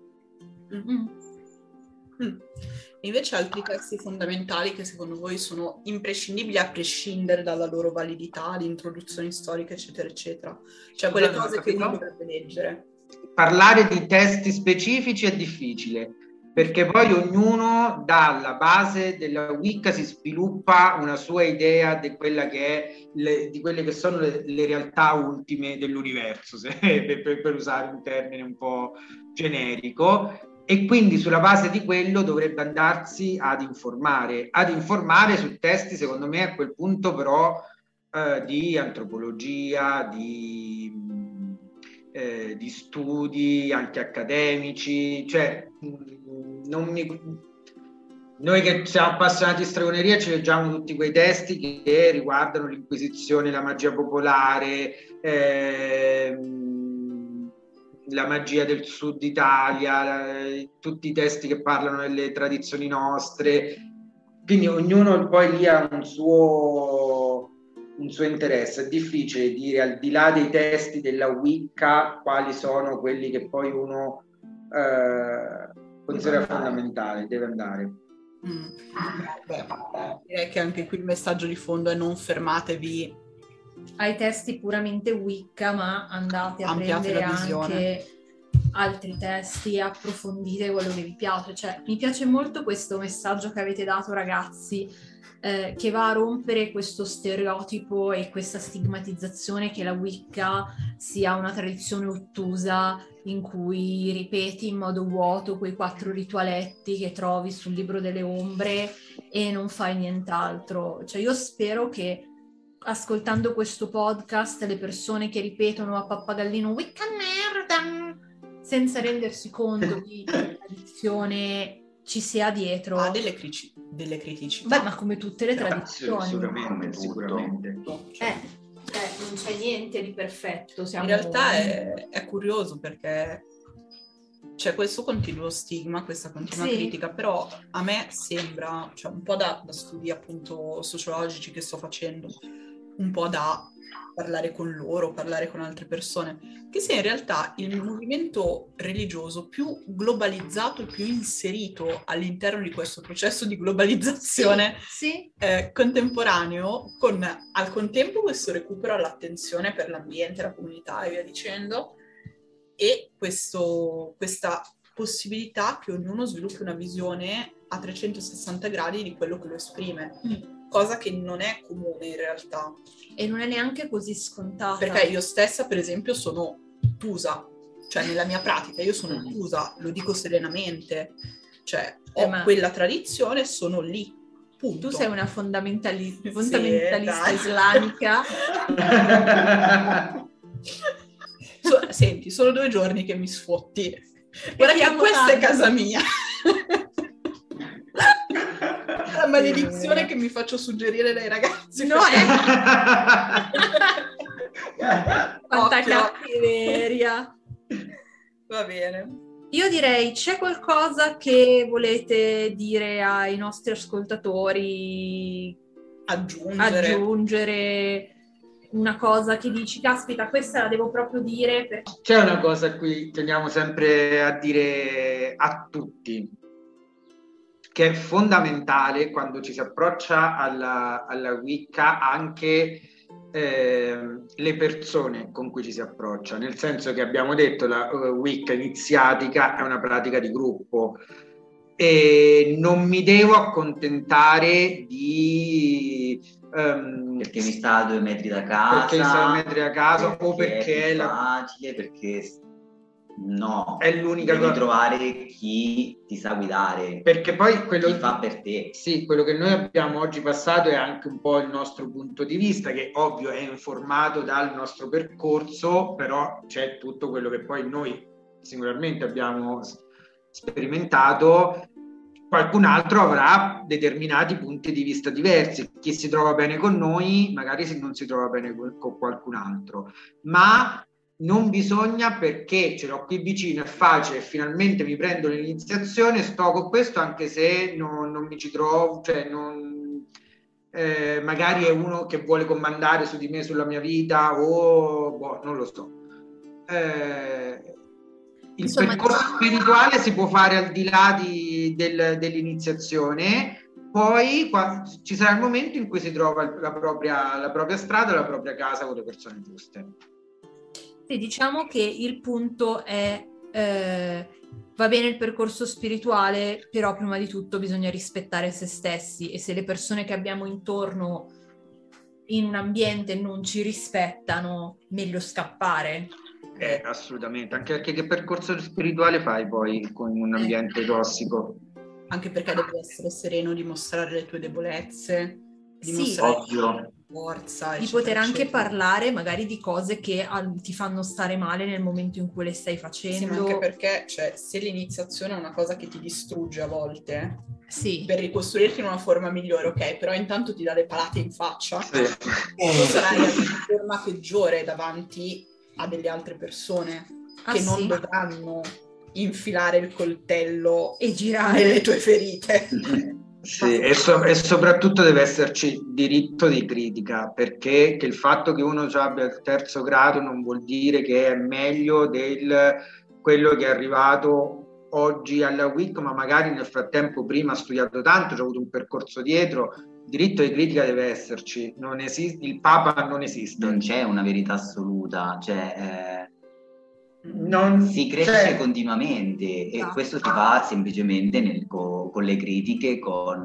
Invece altri testi fondamentali che secondo voi sono imprescindibili a prescindere dalla loro validità, le introduzioni storiche, eccetera, eccetera. Cioè quelle cose che uno dovrebbe leggere. Parlare di testi specifici è difficile, perché poi ognuno dalla base della Wicca si sviluppa una sua idea di quella che è di quelle che sono le realtà ultime dell'universo, per usare un termine un po' generico. E quindi sulla base di quello dovrebbe andarsi ad informare su testi, secondo me, a quel punto però di antropologia, di studi anche accademici, cioè noi che siamo appassionati di stregoneria ci leggiamo tutti quei testi che riguardano l'Inquisizione, la magia popolare, la magia del sud Italia, tutti i testi che parlano delle tradizioni nostre, quindi ognuno poi lì ha un suo interesse. È difficile dire, al di là dei testi della Wicca, quali sono quelli che poi uno considera fondamentali, deve andare. Direi che anche qui il messaggio di fondo è: non fermatevi ai testi puramente Wicca, ma andate a prendere anche altri testi, approfondite quello che vi piace. Cioè, mi piace molto questo messaggio che avete dato, ragazzi, che va a rompere questo stereotipo e questa stigmatizzazione che la Wicca sia una tradizione ottusa in cui ripeti in modo vuoto quei 4 ritualetti che trovi sul libro delle ombre e non fai nient'altro. Cioè, io spero che ascoltando questo podcast le persone che ripetono a pappagallino Wicca merda senza rendersi conto di che tradizione ci sia dietro. Ha delle criticità. Beh, ma come tutte le tradizioni. Sicuramente. Non c'è niente di perfetto. In realtà è curioso perché c'è questo continuo stigma, questa continua critica, però a me sembra, cioè un po' da studi appunto sociologici che sto facendo, un po' da parlare con loro, parlare con altre persone, che sia in realtà il movimento religioso più globalizzato e più inserito all'interno di questo processo di globalizzazione contemporaneo, con al contempo questo recupero all'attenzione per l'ambiente, la comunità e via dicendo, e questa possibilità che ognuno sviluppi una visione a 360 gradi di quello che lo esprime. Cosa che non è comune in realtà. E non è neanche così scontata. Perché io stessa, per esempio, sono ottusa. Cioè, nella mia pratica io sono ottusa, lo dico serenamente. Cioè, ho quella tradizione, sono lì. Punto. Tu sei una fondamentalista islamica. Senti, sono 2 giorni che mi sfotti. Guarda che questa è casa mia. La maledizione che mi faccio suggerire dai ragazzi. No, quanta cattiveria. Va bene. Io direi, c'è qualcosa che volete dire ai nostri ascoltatori? Aggiungere una cosa che dici, caspita, questa la devo proprio dire. C'è una cosa a cui teniamo sempre a dire a tutti, che è fondamentale quando ci si approccia alla Wicca, anche le persone con cui ci si approccia, nel senso che abbiamo detto la Wicca iniziatica è una pratica di gruppo e non mi devo accontentare di perché mi sta a 2 metri da casa, perché mi sta a 2 metri da casa, o perché è facile, perché no, è l'unica devi cosa. trovare chi ti sa guidare, perché poi chi fa per te. Sì, quello che noi abbiamo oggi passato è anche un po' il nostro punto di vista, che ovvio è informato dal nostro percorso, però c'è tutto quello che poi noi singolarmente abbiamo sperimentato. Qualcun altro avrà determinati punti di vista diversi. Chi si trova bene con noi magari non si trova bene con qualcun altro, ma non bisogna, perché ce l'ho qui vicino, è facile, e finalmente mi prendo l'iniziazione, sto con questo anche se non mi ci trovo, cioè magari è uno che vuole comandare su di me, sulla mia vita, o non lo so. Il percorso spirituale si può fare al di là dell'iniziazione, poi ci sarà il momento in cui si trova la propria strada, la propria casa con le persone giuste. Sì, diciamo che il punto è va bene il percorso spirituale, però prima di tutto bisogna rispettare se stessi, e se le persone che abbiamo intorno in un ambiente non ci rispettano, meglio scappare. Assolutamente, anche perché che percorso spirituale fai poi con un ambiente tossico? Anche perché devi essere sereno, dimostrare le tue debolezze, dimostrare forza, di poter anche parlare magari di cose che ti fanno stare male nel momento in cui le stai facendo. Sì, ma anche perché, cioè, se l'iniziazione è una cosa che ti distrugge a volte, sì, per ricostruirti in una forma migliore, ok, però intanto ti dà le palate in faccia, sì, tu sarai in una forma peggiore davanti a delle altre persone che non dovranno infilare il coltello e girare nelle tue ferite. Sì, e soprattutto deve esserci diritto di critica, perché che il fatto che uno abbia il 3° grado non vuol dire che è meglio quello che è arrivato oggi alla WIC, ma magari nel frattempo prima ha studiato tanto, ha avuto un percorso dietro. Il diritto di critica deve esserci, non esiste, il Papa non esiste. Non c'è una verità assoluta, cioè non si cresce continuamente, e questo si fa semplicemente con le critiche, con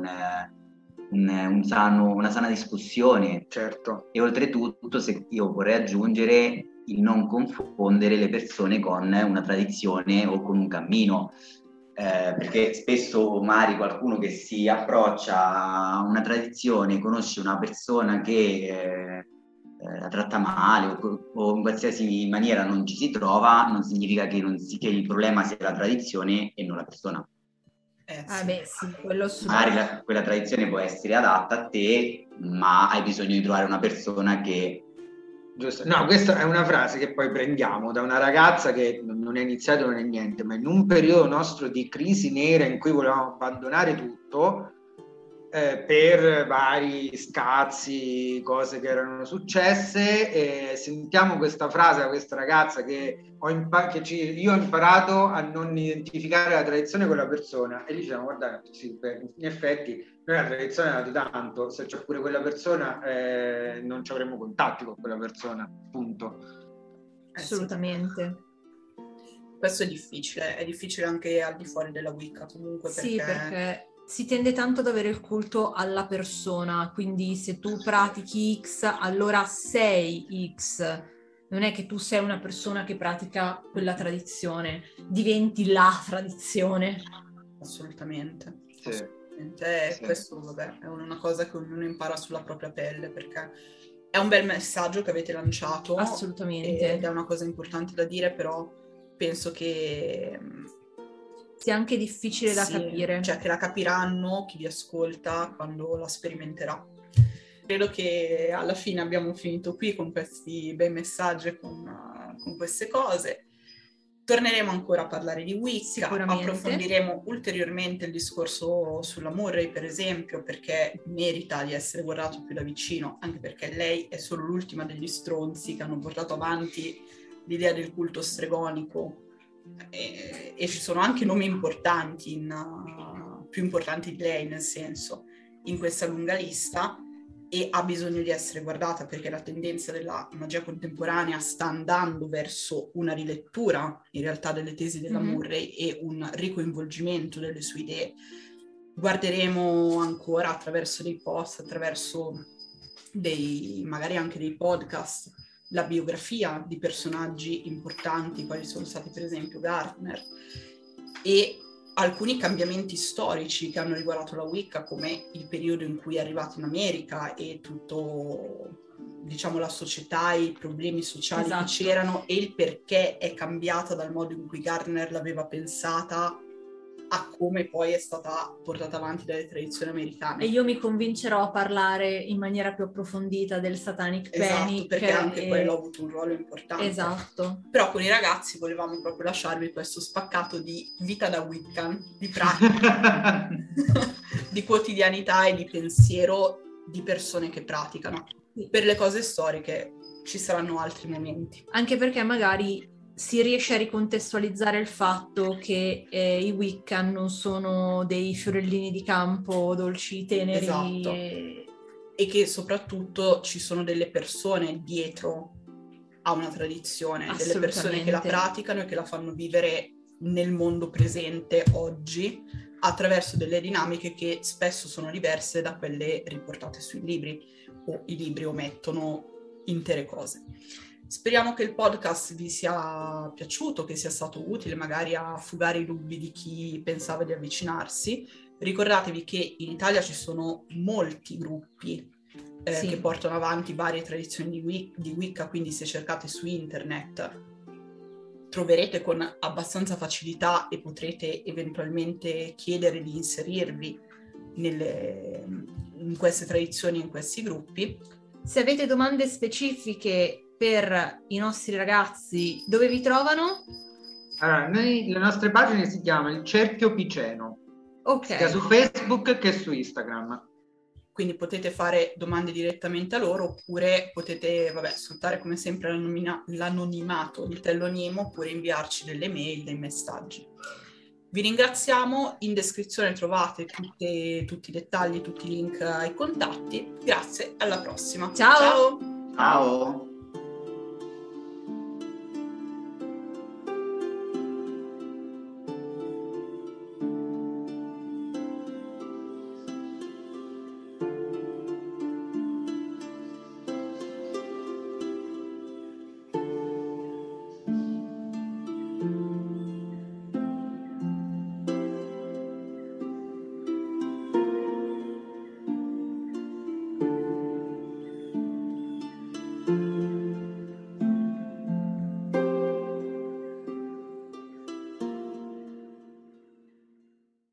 una sana discussione. Certo. E oltretutto, se io vorrei aggiungere, il non confondere le persone con una tradizione o con un cammino, perché spesso magari qualcuno che si approccia a una tradizione, conosce una persona che la tratta male o in qualsiasi maniera non ci si trova, non significa che il problema sia la tradizione e non la persona. Sì, quello magari quella tradizione può essere adatta a te, ma hai bisogno di trovare una persona che... Giusto. No, questa è una frase che poi prendiamo da una ragazza che non è iniziato, non è niente, ma in un periodo nostro di crisi nera in cui volevamo abbandonare tutto, per vari scazzi, cose che erano successe, sentiamo questa frase da questa ragazza che io ho imparato a non identificare la tradizione con la persona, e gli diciamo: guarda, sì, in effetti noi la tradizione è da tanto, se c'è pure quella persona non ci avremo contatti con quella persona, punto. Assolutamente. Questo è difficile anche al di fuori della Wicca comunque, perché si tende tanto ad avere il culto alla persona, quindi se tu pratichi X, allora sei X. Non è che tu sei una persona che pratica quella tradizione, diventi la tradizione. Assolutamente. Sì. Assolutamente. Questo, vabbè, è una cosa che ognuno impara sulla propria pelle, perché è un bel messaggio che avete lanciato. Assolutamente. Ed è una cosa importante da dire, però penso che... sia anche difficile da capire. Cioè che la capiranno chi vi ascolta quando la sperimenterà. Credo che alla fine abbiamo finito qui con questi bei messaggi, con queste cose. Torneremo ancora a parlare di Wicca, approfondiremo ulteriormente il discorso sulla Murray, per esempio, perché merita di essere guardato più da vicino, anche perché lei è solo l'ultima degli stronzi che hanno portato avanti l'idea del culto stregonico. E ci sono anche nomi importanti, più importanti di lei, nel senso, in questa lunga lista, e ha bisogno di essere guardata, perché la tendenza della magia contemporanea sta andando verso una rilettura in realtà delle tesi della Murray e un ricoinvolgimento delle sue idee. Guarderemo ancora attraverso dei post, attraverso magari anche dei podcast, la biografia di personaggi importanti, quali sono stati per esempio Gardner, e alcuni cambiamenti storici che hanno riguardato la Wicca, come il periodo in cui è arrivato in America e tutto, diciamo, la società e i problemi sociali che c'erano e il perché è cambiata dal modo in cui Gardner l'aveva pensata a come poi è stata portata avanti dalle tradizioni americane. E io mi convincerò a parlare in maniera più approfondita del Satanic Panic. Esatto, perché anche quello ha avuto un ruolo importante. Esatto. Però con i ragazzi volevamo proprio lasciarvi questo spaccato di vita da Wiccan, di pratica, di quotidianità e di pensiero di persone che praticano. Per le cose storiche ci saranno altri momenti. Anche perché magari si riesce a ricontestualizzare il fatto che i Wiccan non sono dei fiorellini di campo dolci, teneri. Esatto. E che soprattutto ci sono delle persone dietro a una tradizione, delle persone che la praticano e che la fanno vivere nel mondo presente oggi attraverso delle dinamiche che spesso sono diverse da quelle riportate sui libri, o i libri omettono intere cose. Speriamo che il podcast vi sia piaciuto, che sia stato utile magari a fugare i dubbi di chi pensava di avvicinarsi. Ricordatevi che in Italia ci sono molti gruppi che portano avanti varie tradizioni di Wicca, quindi se cercate su internet troverete con abbastanza facilità e potrete eventualmente chiedere di inserirvi in queste tradizioni, in questi gruppi. Se avete domande specifiche per i nostri ragazzi, dove vi trovano? Allora, le nostre pagine si chiamano Il Cerchio Piceno, sia su Facebook che su Instagram. Quindi potete fare domande direttamente a loro, oppure potete, sfruttare come sempre l'anonimato di Tellonimo, oppure inviarci delle mail, dei messaggi. Vi ringraziamo, in descrizione trovate tutti i dettagli, tutti i link ai contatti. Grazie, alla prossima. Ciao! Ciao!